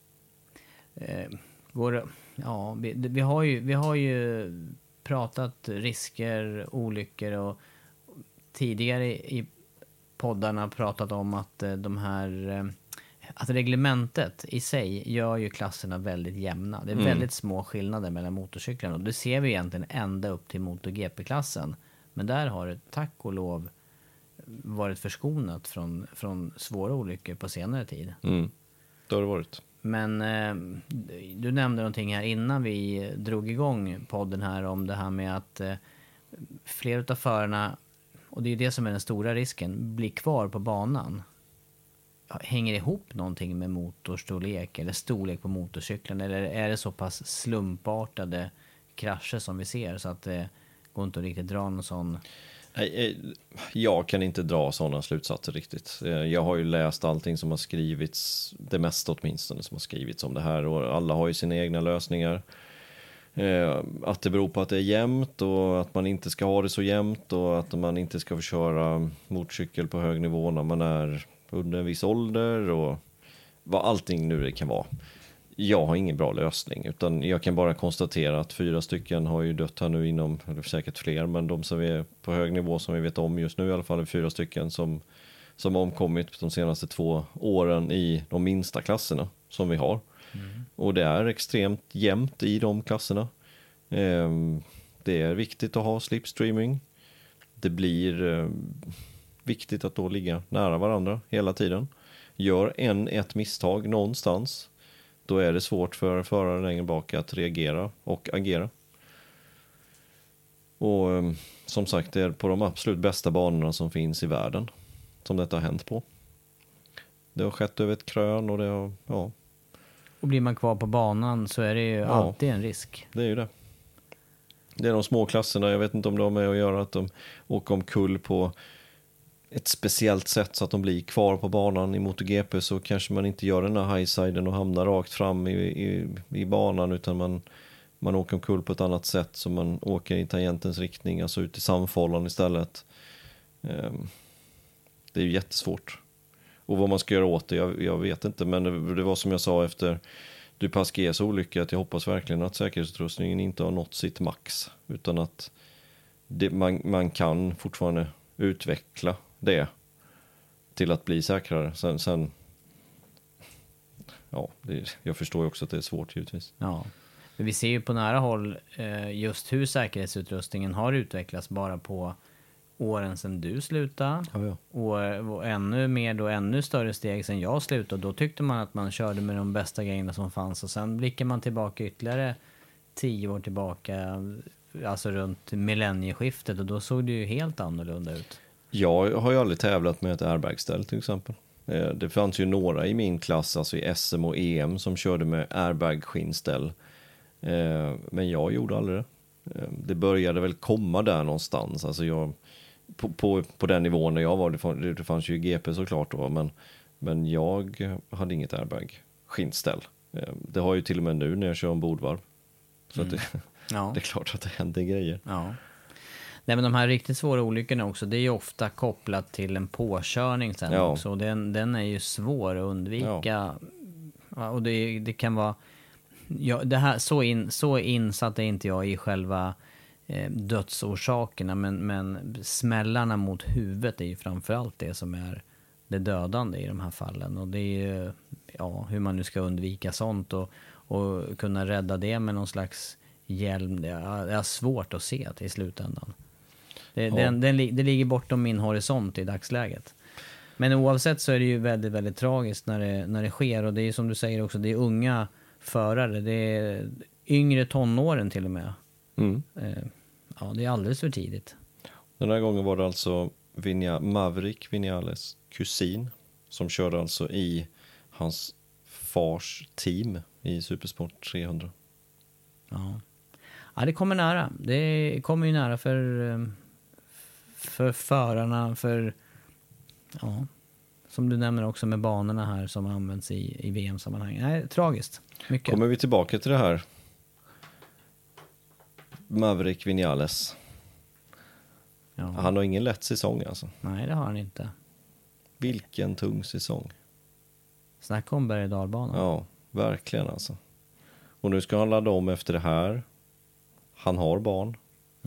Vi har ju pratat risker, olyckor, och tidigare i poddarna pratat om att de här att reglementet i sig gör ju klasserna väldigt jämna. Det är väldigt små skillnader mellan motorcyklarna. Och det ser vi egentligen ända upp till MotoGP-klassen. Men där har det tack och lov varit förskonat från svåra olyckor på senare tid. Det har det varit. Men du nämnde någonting här innan vi drog igång podden här om det här med att flera av förarna, och det är det som är den stora risken, blir kvar på banan. Hänger det ihop någonting med motorstorlek eller storlek på motorcykeln, eller är det så pass slumpartade krascher som vi ser så att det går inte att riktigt dra någon sån? Jag kan inte dra sådana slutsatser riktigt. Jag har ju läst allting som har skrivits, det mesta åtminstone som har skrivits om det här, och alla har ju sina egna lösningar. Att det beror på att det är jämnt och att man inte ska ha det så jämnt och att man inte ska få köra motorcykel på hög nivå när man är under en viss ålder och vad allting nu det kan vara. Jag har ingen bra lösning, utan jag kan bara konstatera att 4 stycken har ju dött här nu inom, eller säkert fler, men de som är på hög nivå som vi vet om just nu i alla fall är 4 stycken som har omkommit de senaste 2 åren i de minsta klasserna som vi har. Och det är extremt jämnt i de klasserna. Det är viktigt att ha slipstreaming. Det blir viktigt att då ligga nära varandra hela tiden. Gör ett misstag någonstans, då är det svårt för föraren längre bak att reagera och agera. Och som sagt, det är på de absolut bästa banorna som finns i världen som detta har hänt på. Det har skett över ett krön och det har, ja. Och blir man kvar på banan så är det ju alltid en risk. Det är ju det. Det är de små klasserna, jag vet inte om de har med att göra att de åker omkull på ett speciellt sätt så att de blir kvar på banan. I MotoGP så kanske man inte gör den här highsiden och hamnar rakt fram i banan, utan man åker omkull på ett annat sätt, så man åker i tangentens riktning, alltså ut i samfållan istället. Det är ju jättesvårt. Och vad man ska göra åt det, jag vet inte, men det var som jag sa efter Dupasquiers olycka, att jag hoppas verkligen att säkerhetsutrustningen inte har nått sitt max, utan att man kan fortfarande utveckla det till att bli säkrare. Sen ja, jag förstår ju också att det är svårt givetvis. Ja, men vi ser ju på nära håll just hur säkerhetsutrustningen har utvecklats bara på åren sedan du slutade. Ja. Och ännu mer då, ännu större steg sedan jag slutade. Då tyckte man att man körde med de bästa grejerna som fanns, och sen blickar man tillbaka ytterligare 10 år tillbaka, alltså runt millennieskiftet, och då såg det ju helt annorlunda ut. Jag har ju aldrig tävlat med ett airbagställ till exempel. Det fanns ju några i min klass, alltså i SM och EM, som körde med airbag-skinnställ. Men jag gjorde aldrig det. Det började väl komma där någonstans. Alltså jag, på den nivån när jag var, det fanns ju GP såklart då, men jag hade inget airbag-skinnställ. Det har ju till och med nu när jag kör ombordvarv. Så att det är klart att det händer grejer. Ja. Nej, men de här riktigt svåra olyckorna också, det är ju ofta kopplat till en påkörning sen också. Och den är ju svår att undvika. Ja. Och det kan vara... Ja, det här, så insatt är inte jag i själva dödsorsakerna, men smällarna mot huvudet är ju framförallt det som är det dödande i de här fallen. Och det är ju hur man nu ska undvika sånt och kunna rädda det med någon slags hjälm. Det är svårt att se till slutändan. Det ligger bortom min horisont i dagsläget. Men oavsett så är det ju väldigt, väldigt tragiskt när det sker. Och det är som du säger också, det är unga förare. Det är yngre tonåren till och med. Det är alldeles för tidigt. Den här gången var det alltså Maverick Vinales kusin som körde alltså i hans fars team i Supersport 300. Ja, det kommer nära. Det kommer ju nära för förarna, som du nämner också med banorna här som används i VM-sammanhang. Nej, tragiskt. Mycket. Kommer vi tillbaka till det här. Maverick Vinales. Ja. Han har ingen lätt säsong alltså. Nej, det har han inte. Vilken tung säsong. Snacka om berg- och dalbanan. Ja, verkligen alltså. Och nu ska han ladda om efter det här. Han har barn.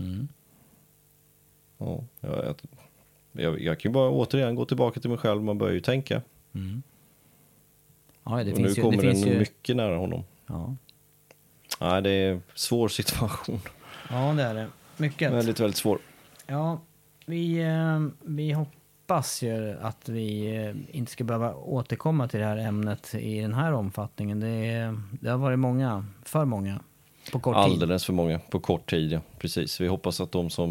Ja, jag kan ju bara återigen gå tillbaka till mig själv. Man börjar ju tänka. Ja, det och finns nu ju, kommer det finns den ju... mycket nära honom. Ja. Nej, det är en svår situation. Ja, det är det. Mycket. Väldigt, väldigt svår. Ja, vi hoppas ju att vi inte ska behöva återkomma till det här ämnet i den här omfattningen. Det har varit för många på kort tid. Alldeles för många på kort tid, ja. Precis. Vi hoppas att de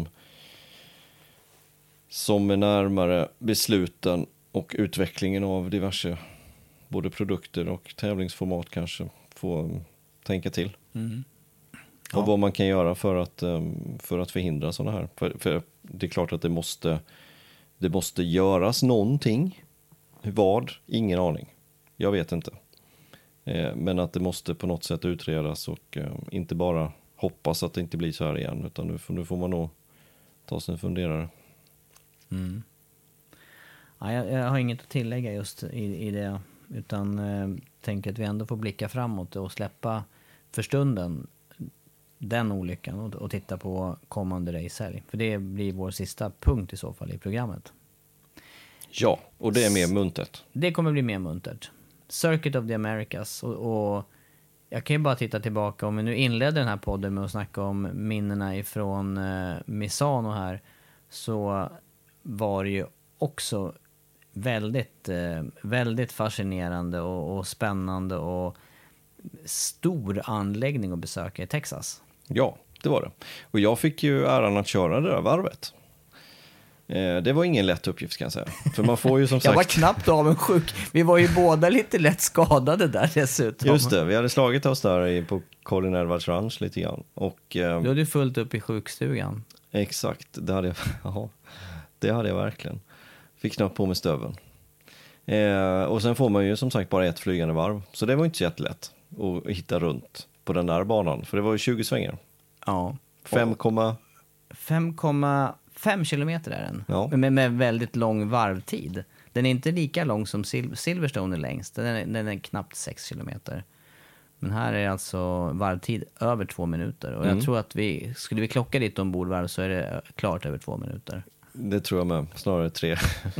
som är närmare besluten och utvecklingen av diverse både produkter och tävlingsformat kanske får tänka till. Mm. Och vad man kan göra för att förhindra sådana här. För det är klart att det måste göras någonting. Vad? Ingen aning. Jag vet inte. Men att det måste på något sätt utredas och inte bara hoppas att det inte blir så här igen. Utan nu får man nog ta sig en funderare. Mm. Ja, jag har inget att tillägga just i det. Utan tänker att vi ändå får blicka framåt och släppa för stunden den olyckan och titta på kommande racehelg. För det blir vår sista punkt i så fall i programmet. Ja, och det är mer muntert. Det kommer bli mer muntert. Circuit of the Americas. Och jag kan ju bara titta tillbaka. Om vi nu inledde den här podden med att snacka om minnena ifrån Misano här. Så var det ju också väldigt, väldigt fascinerande och spännande och stor anläggning att besöka i Texas. Ja, det var det. Och jag fick ju äran att köra det där varvet. Det var ingen lätt uppgift kan jag säga. För man får ju som sagt... Jag var knappt avundsjuk. Vi var ju båda lite lätt skadade där dessutom. Just det, vi hade slagit oss där på Colin Edwards Ranch lite grann. Och, du hade fullt upp i sjukstugan. Exakt, det hade jag verkligen. Fick knappt på med stöven. Och sen får man ju som sagt bara ett flygande varv. Så det var inte så jättelätt att hitta runt på den där banan. För det var ju 20 svängar. Ja. 5,5 kilometer är den. Ja. Med väldigt lång varvtid. Den är inte lika lång som Silverstone är längst. Den är knappt 6 kilometer. Men här är alltså varvtid över 2 minuter. Och jag tror att skulle vi klocka dit ombordvarv så är det klart över 2 minuter. Det tror jag med, snarare 3.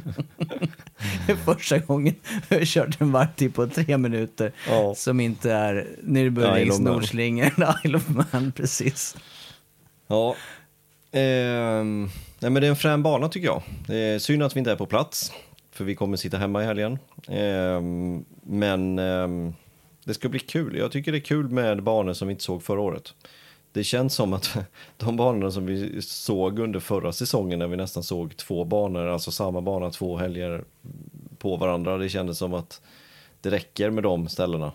Första gången jag har kört en varvtid på 3 minuter som inte är Nürburgrings Nordschleife eller Isle of Man, precis. Ja. Nej, men det är en frän bana tycker jag. Det är synd att vi inte är på plats, för vi kommer sitta hemma i helgen. Men det ska bli kul. Jag tycker det är kul med banor som vi inte såg förra året. Det känns som att de banorna som vi såg under förra säsongen, när vi nästan såg 2 banor, alltså samma bana 2 helger på varandra, det kändes som att det räcker med de ställena.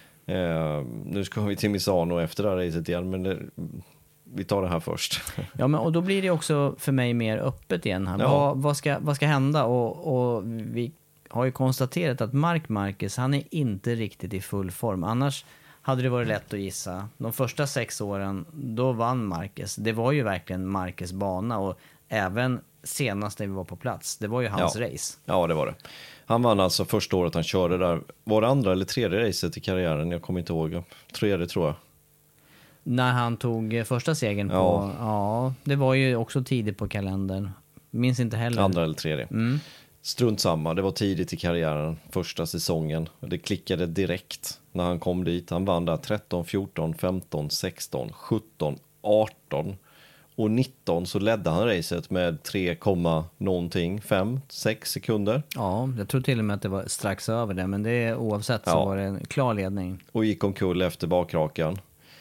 Nu ska vi till Misano efter det här racet igen, men vi tar det här först. Ja, men och då blir det också för mig mer öppet igen här. Ja. Vad ska hända? Och vi har ju konstaterat att Marc Marquez, han är inte riktigt i full form. Annars hade det varit lätt att gissa. De första 6 åren, då vann Marquez. Det var ju verkligen Marquez bana, och även senast när vi var på plats, det var ju hans race. Ja, det var det. Han vann alltså första året han körde där. Var det andra eller tredje racet i karriären? Jag kommer inte ihåg. Tredje tror jag. När han tog första segern på... Ja, det var ju också tidigt på kalendern. Minns inte heller. Andra eller tredje. Strunt samma, det var tidigt i karriären, första säsongen. Det klickade direkt när han kom dit. Han vann där 13, 14, 15, 16, 17, 18 och 19 så ledde han racet med 3, någonting, 5-6 sekunder. Ja, jag tror till och med att det var strax över det, men det oavsett så var det en klar ledning. Och gick omkull efter bakrakan.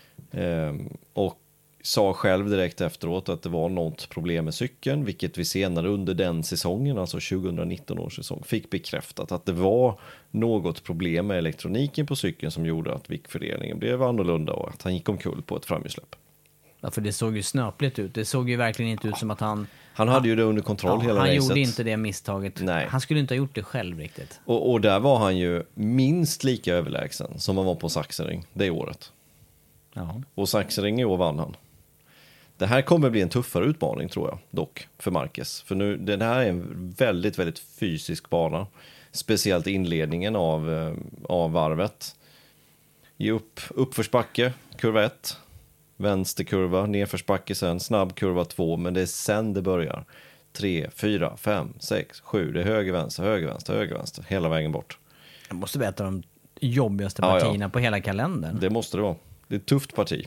Och sa själv direkt efteråt att det var något problem med cykeln, vilket vi senare under den säsongen, alltså 2019 års säsong, fick bekräftat att det var något problem med elektroniken på cykeln som gjorde att viktfördelningen blev annorlunda och att han gick omkull på ett framhjulsläpp. Ja, för det såg ju snöpligt ut. Det såg ju verkligen inte ut som att han hade ju det under kontroll hela racet. Han gjorde inte det misstaget. Nej. Han skulle inte ha gjort det själv riktigt. Och där var han ju minst lika överlägsen som han var på Sachsenring det året. Ja. Och Sachsenring i år vann han. Det här kommer bli en tuffare utmaning tror jag dock för Marquez. För nu, den här är en väldigt, väldigt fysisk bana. Speciellt inledningen av varvet. Ge uppförsbacke, kurva 1. Vänsterkurva, nedförsbacke sen, snabb kurva 2. Men det är sen det börjar. 3, 4, 5, 6, 7. Det är höger, vänster, höger, vänster, höger, vänster. Hela vägen bort. Jag måste berätta om jobbigaste partierna på hela kalendern. Det måste det vara. Det är ett tufft parti.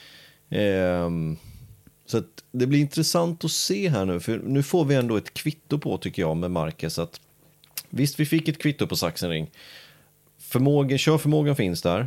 Så att det blir intressant att se här nu. För nu får vi ändå ett kvitto på, tycker jag, med Marquez. Att, visst, vi fick ett kvitto på Sachsenring. Körförmågan finns där.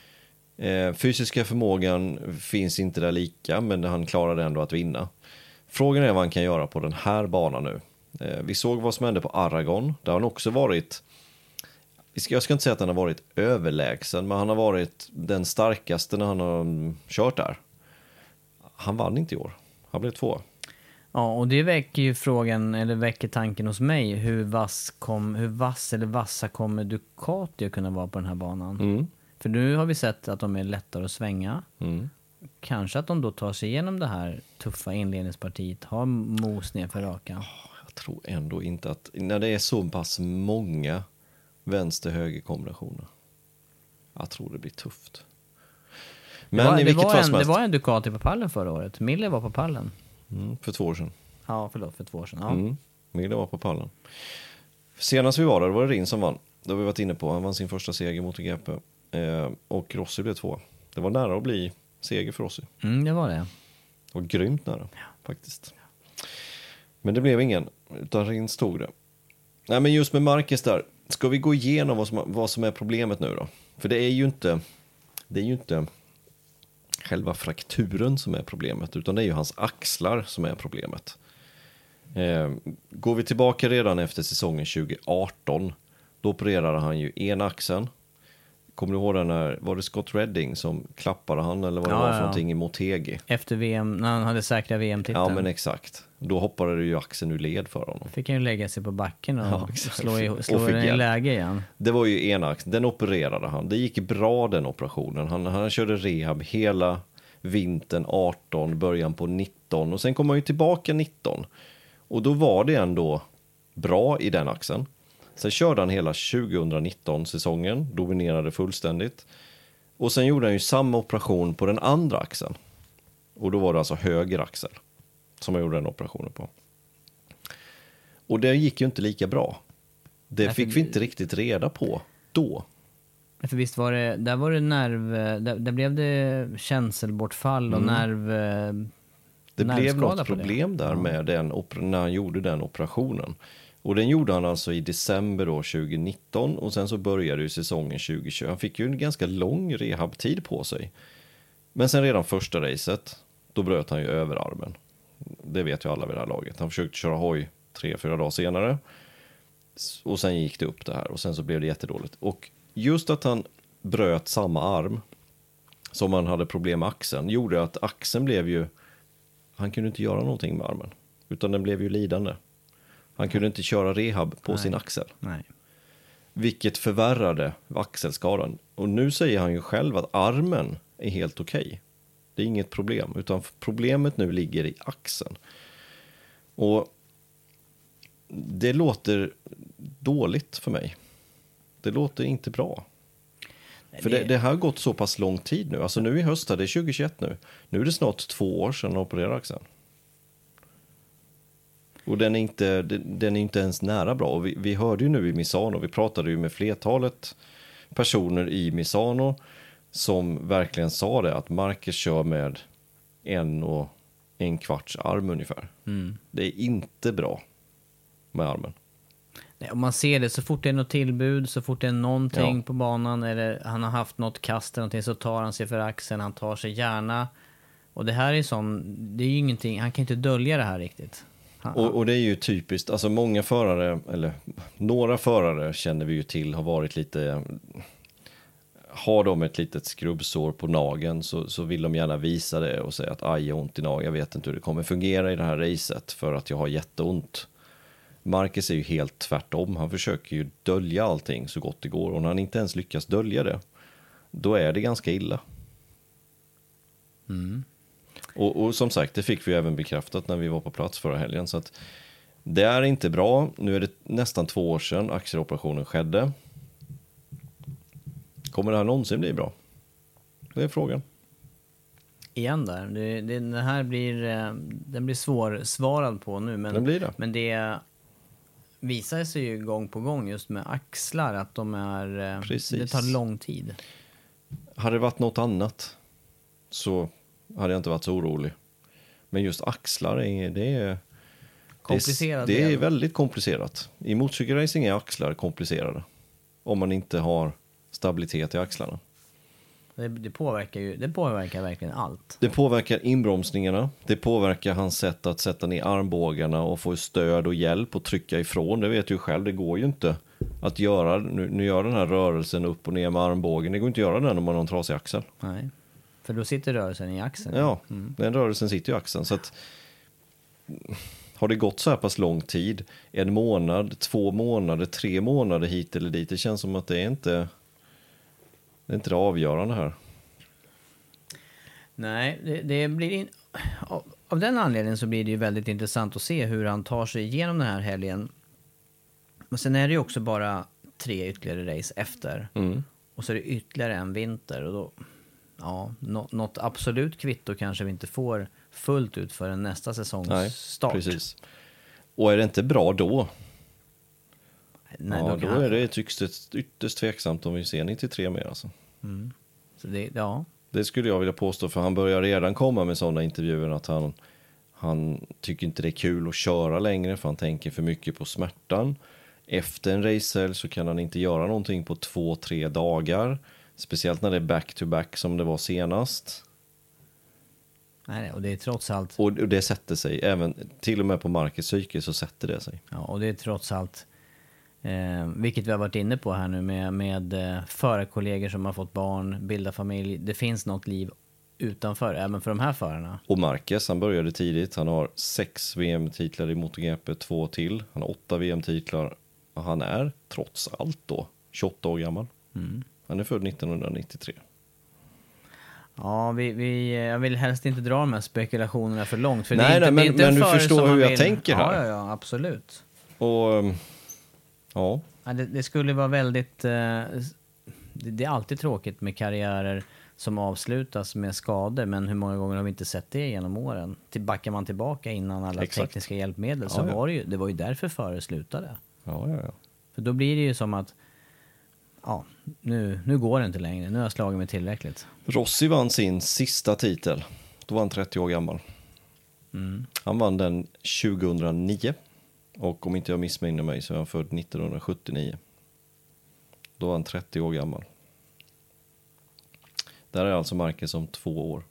Fysiska förmågan finns inte där lika, men han klarade ändå att vinna. Frågan är vad han kan göra på den här banan nu. Vi såg vad som hände på Aragon. Där har han också varit... Jag ska inte säga att han har varit överlägsen, men han har varit den starkaste när han har kört där. Han vann inte i år. Han blev 2. Ja, och det väcker ju frågan, eller väcker tanken hos mig, hur vass eller vassa kommer Ducati att kunna vara på den här banan? För nu har vi sett att de är lättare att svänga. Kanske att de då tar sig igenom det här tuffa inledningspartiet, har mos ner för rakan. Jag tror ändå inte att, när det är så pass många vänster-höger kombinationer, jag tror det blir tufft. Men det var en Ducati på pallen förra året. Miller var på pallen. För 2 år sedan. Ja, för 2 år sedan. Ja. Miller var på pallen. Senast vi var där var det Rin som vann. Det har vi varit inne på. Han vann sin första seger mot GP. Och Rossi blev 2. Det var nära att bli seger för Rossi. Det var det. Och grymt nära, faktiskt. Men det blev ingen, utan Rins tog det. Nej, men just med Marquez där. Ska vi gå igenom vad som är problemet nu då? För det är ju inte själva frakturen som är problemet, utan det är ju hans axlar som är problemet. Går vi tillbaka redan efter säsongen 2018, då opererade han ju ena axeln. Kommer du ihåg den när, var det Scott Redding som klappade han, eller vad det var för någonting i Motegi? Efter VM, när han hade säkra VM-titeln. Ja, men exakt. Då hoppade ju axeln ur led för honom. Fick han ju lägga sig på backen och slå den i läge igen. Det var ju ena axeln, den opererade han. Det gick bra, den operationen. Han körde rehab hela vintern 18, början på 19. Och sen kom han ju tillbaka 19. Och då var det ändå bra i den axeln. Sen körde han hela 2019-säsongen, dominerade fullständigt. Och sen gjorde han ju samma operation på den andra axeln. Och då var det alltså höger axel som han gjorde den operationen på. Och det gick ju inte lika bra. Det fick vi inte riktigt reda på då. För visst var det, där var det där blev det känselbortfall och det blev något problem där med när han gjorde den operationen. Och den gjorde han alltså i december då 2019, och sen så började ju säsongen 2020. Han fick ju en ganska lång rehabtid på sig. Men sen redan första racet, då bröt han ju överarmen. Det vet ju alla vid det här laget. Han försökte köra hoj 3-4 dagar senare. Och sen gick det upp det här, och sen så blev det jättedåligt. Och just att han bröt samma arm som han hade problem med axeln gjorde att axeln blev ju, han kunde inte göra någonting med armen, utan den blev ju lidande. Han kunde inte köra rehab på sin axel. Nej. Vilket förvärrade axelskadan. Och nu säger han ju själv att armen är helt okej. Det är inget problem, utan problemet nu ligger i axeln. Och det låter dåligt för mig. Det låter inte bra. För det här har gått så pass lång tid nu. Alltså nu i höst, det är 2021 nu. Nu är det snart 2 år sedan han opererade axeln. Och den är inte ens nära bra. Och vi hörde ju nu i Misano, vi pratade ju med flertalet personer i Misano som verkligen sa det, att Marquez kör med 1,25 arm ungefär. Det är inte bra med armen. Nej, om man ser det, så fort det är något tillbud, så fort det är någonting på banan, eller han har haft något kast eller någonting, så tar han sig för axeln, han tar sig gärna. Och det här är det är ju ingenting, han kan inte dölja det här riktigt. Och det är ju typiskt, alltså många förare, eller några förare känner vi ju till, har varit lite, har de ett litet skrubbsår på nageln, så vill de gärna visa det och säga att aj, jag har ont i nageln, jag vet inte hur det kommer fungera i det här racet för att jag har jätteont. Marquez är ju helt tvärtom, han försöker ju dölja allting så gott det går, och när han inte ens lyckas dölja det, då är det ganska illa. Och som sagt, det fick vi även bekräftat när vi var på plats förra helgen. Så att det är inte bra. Nu är det nästan 2 år sedan axeloperationen skedde. Kommer det här någonsin bli bra? Det är frågan. Igen där. Den här blir svårsvarad på nu. Men, den blir det. Men det visar sig ju gång på gång just med axlar att de är... Det tar lång tid. Hade det varit något annat så hade jag inte varit så orolig. Men just axlar, det är komplicerat. Det är väldigt komplicerat. I motorcykelracing är axlar komplicerade. Om man inte har stabilitet i axlarna. Det påverkar verkligen allt. Det påverkar inbromsningarna. Det påverkar hans sätt att sätta ner armbågarna och få stöd och hjälp och trycka ifrån. Det vet du själv, det går ju inte att göra, nu gör den här rörelsen upp och ner med armbågen. Det går inte att göra den om man har en trasig axel. Nej, för då sitter rörelsen i axeln. Ja, den rörelsen sitter i axeln. Så att, har det gått så här pass lång tid, 1 månad, 2 månader, 3 månader hit eller dit, det känns som att det är inte det avgörande här. Nej, det blir av den anledningen så blir det ju väldigt intressant att se hur han tar sig igenom den här helgen. Men sen är det ju också bara 3 ytterligare race efter. Och så är det ytterligare en vinter. Och då, något absolut kvitto kanske vi inte får fullt ut för nästa säsongs start. Precis. Och är det inte bra då? Nej, då är det ytterst tveksamt om vi ser 93 mer alltså. Så det skulle jag vilja påstå, för han börjar redan komma med sådana intervjuer att han tycker inte det är kul att köra längre för han tänker för mycket på smärtan. Efter en racehelg så kan han inte göra någonting på 2-3 dagar. Speciellt när det är back-to-back som det var senast. Nej, och det är trots allt... Och det sätter sig, även till och med på Marcus psyke så sätter det sig. Ja, och det är trots allt... vilket vi har varit inne på här nu med förarkollegor som har fått barn, bilda familj. Det finns något liv utanför, även för de här förarna. Och Marcus, han började tidigt. Han har 6 VM-titlar i MotoGP, 2 till. Han har 8 VM-titlar. Och han är trots allt då 28 år gammal. Han är född 1993. Ja, jag vill helst inte dra de här spekulationerna för långt. För nej, men du förstår hur jag tänker här. Ja, absolut. Och... Ja. Det skulle vara väldigt... Det är alltid tråkigt med karriärer som avslutas med skador, men hur många gånger har vi inte sett det genom åren? Backar man tillbaka innan alla tekniska hjälpmedel så var det var ju därför före slutade. Ja. För då blir det ju som att nu går det inte längre. Nu har jag slagit mig tillräckligt. Rossi vann sin sista titel. Då var han 30 år gammal. Han vann den 2009. Och om inte jag missminner mig så är han född 1979. Då var han 30 år gammal. Där är alltså Marcus om 2 år.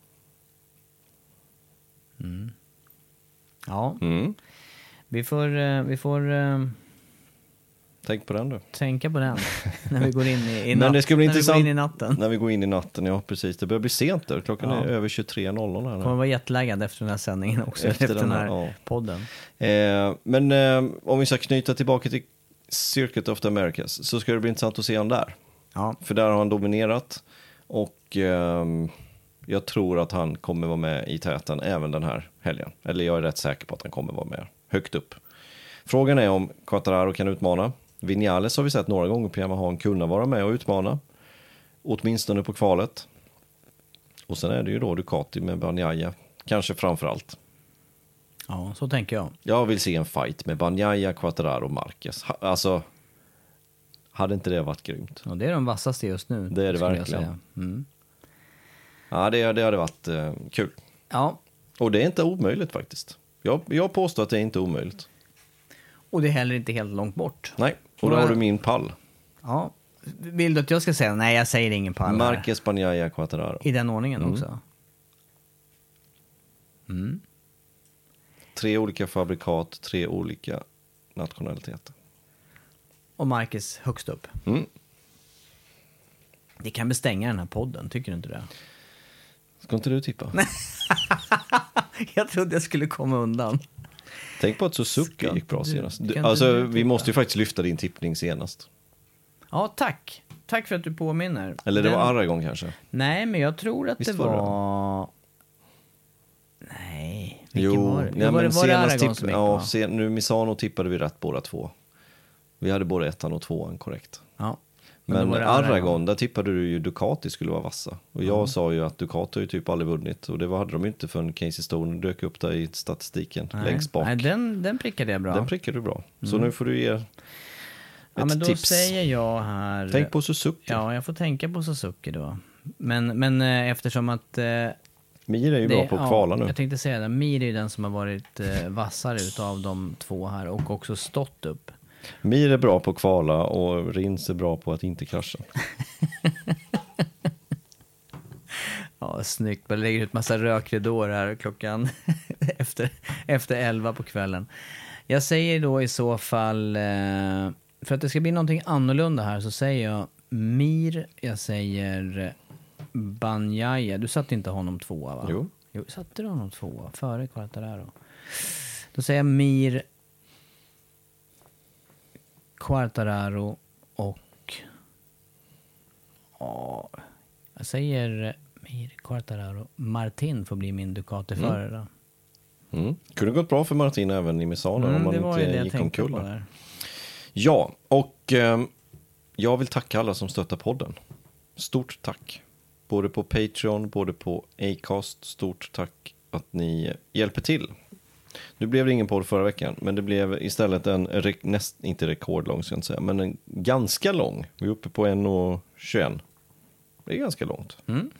Ja. Vi får tänk på den då. Tänka på den när vi går in i Men det ska bli intressant vi går in i natten. När vi går in i natten, ja precis. Det börjar bli sent där. Klockan är över 23.00 här. Kommer vara jättelaggad efter den här sändningen också. Efter den här podden. Men om vi ska knyta tillbaka till Circuit of the Americas så ska det bli intressant att se han där. Ja. För där har han dominerat. Och jag tror att han kommer vara med i täten även den här helgen. Eller jag är rätt säker på att han kommer vara med högt upp. Frågan är om Quartararo kan utmana. Vinales har vi sett några gånger på Yamaha kunna vara med och utmana. Åtminstone på kvalet. Och sen är det ju då Ducati med Bagnaia. Kanske framförallt. Ja, så tänker jag. Jag vill se en fight med Bagnaia, Quartararo och Marquez. Alltså, hade inte det varit grymt? Ja, det är de vassaste just nu. Det är det verkligen. Ja, det hade varit kul. Ja. Och det är inte omöjligt faktiskt. Jag påstår att det är inte omöjligt. Och det är heller inte helt långt bort. Nej, och då har du min pall. Ja. Vill du att jag ska säga? Nej, jag säger ingen pall. Marquez, Bagnaia, Quartararo. I den ordningen också. 3 olika fabrikat, 3 olika nationaliteter. Och Marquez högst upp. Det kan bestänga den här podden, tycker du inte det? Ska inte du tippa? Jag trodde jag skulle komma undan. Tänk på att Suzuki gick bra senast. Alltså, vi måste ju faktiskt lyfta din tippning senast. Ja, tack. Tack för att du påminner. Eller det var Aragon kanske? Nej, men jag tror att visst det var... Nej, vilken var det? Nej, var men det Aragon som gick nu Misano tippade vi rätt båda två. Vi hade både 1 och 2 korrekt. Ja. Men var det Aragon, där tippade du ju Ducati skulle vara vassa. Och jag sa ju att Ducati har ju typ aldrig vunnit. Och det hade de ju inte förrän Casey Stone dök upp där i statistiken längst bak. Nej, den prickade jag bra. Den prickade du bra. Så nu får du ge men då tips. säger jag här... Tänk på Suzuki. Ja, jag får tänka på Suzuki då. Men eftersom att... Mir är ju bra på att kvala nu. Jag tänkte säga det. Mir är ju den som har varit vassare utav de två här och också stått upp. Mir är bra på att kvala och Rins är bra på att inte krascha. Ja, snyggt. Jag lägger ut massa rökridåer här klockan efter 11 på kvällen. Jag säger då i så fall, för att det ska bli någonting annorlunda här så säger jag Mir, jag säger Bagnaia. Du satte inte honom tvåa, va? Jo, satte du honom tvåa före Quartararo? Då säger jag Mir, Quartararo och jag säger Mir, Quartararo. Martin får bli min Ducati-förare. Kunde gått bra för Martin även i Misano om man inte gick omkull. Ja, och jag vill tacka alla som stöttar podden. Stort tack. Både på Patreon, både på Acast. Stort tack att ni hjälper till. Nu blev det ingen podd förra veckan, men det blev istället en, inte rekordlång ska jag inte säga, men en ganska lång. Vi är uppe på 1:21. Det är ganska långt.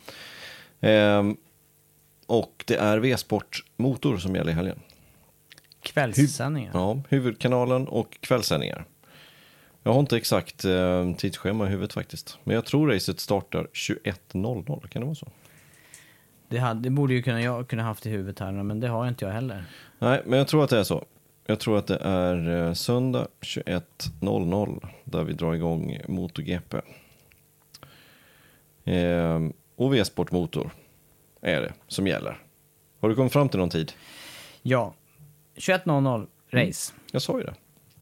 Och det är V-sport motor som gäller i helgen. Kvällssändningar. Ja, huvudkanalen och kvällssändningar. Jag har inte exakt tidsschema i huvudet faktiskt. Men jag tror racet startar 21:00. Kan det vara så? Det borde ju jag kunna haft i huvudet här, men det har inte jag heller. Nej, men jag tror att det är så. Jag tror att det är söndag 21:00 där vi drar igång MotoGP. Och V-sportmotor är det som gäller. Har du kommit fram till någon tid? Ja, 21:00 race. Jag sa ju det.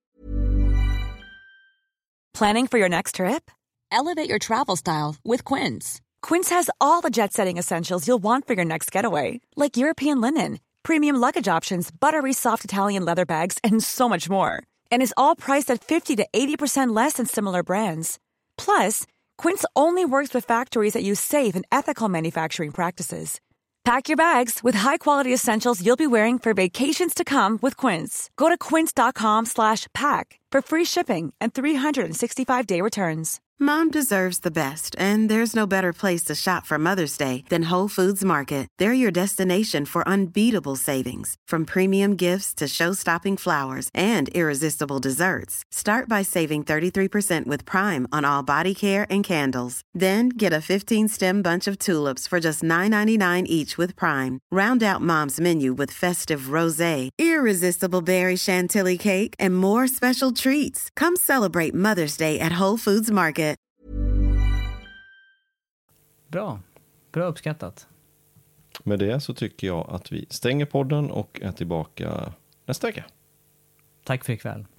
Planning for your next trip? Elevate your travel style with Quince. Quince has all the jet-setting essentials you'll want for your next getaway, like European linen, premium luggage options, buttery soft Italian leather bags, and so much more. And is all priced at 50 to 80% less than similar brands. Plus, Quince only works with factories that use safe and ethical manufacturing practices. Pack your bags with high-quality essentials you'll be wearing for vacations to come with Quince. Go to quince.com/pack for free shipping and 365-day returns. Mom deserves the best, and there's no better place to shop for Mother's Day than Whole Foods Market. They're your destination for unbeatable savings, from premium gifts to show-stopping flowers and irresistible desserts. Start by saving 33% with Prime on all body care and candles. Then get a 15-stem bunch of tulips for just $9.99 each with Prime. Round out Mom's menu with festive rosé, irresistible berry chantilly cake, and more special treats. Come celebrate Mother's Day at Whole Foods Market. Bra uppskattat. Med det så tycker jag att vi stänger podden och är tillbaka nästa vecka. Tack för ikväll.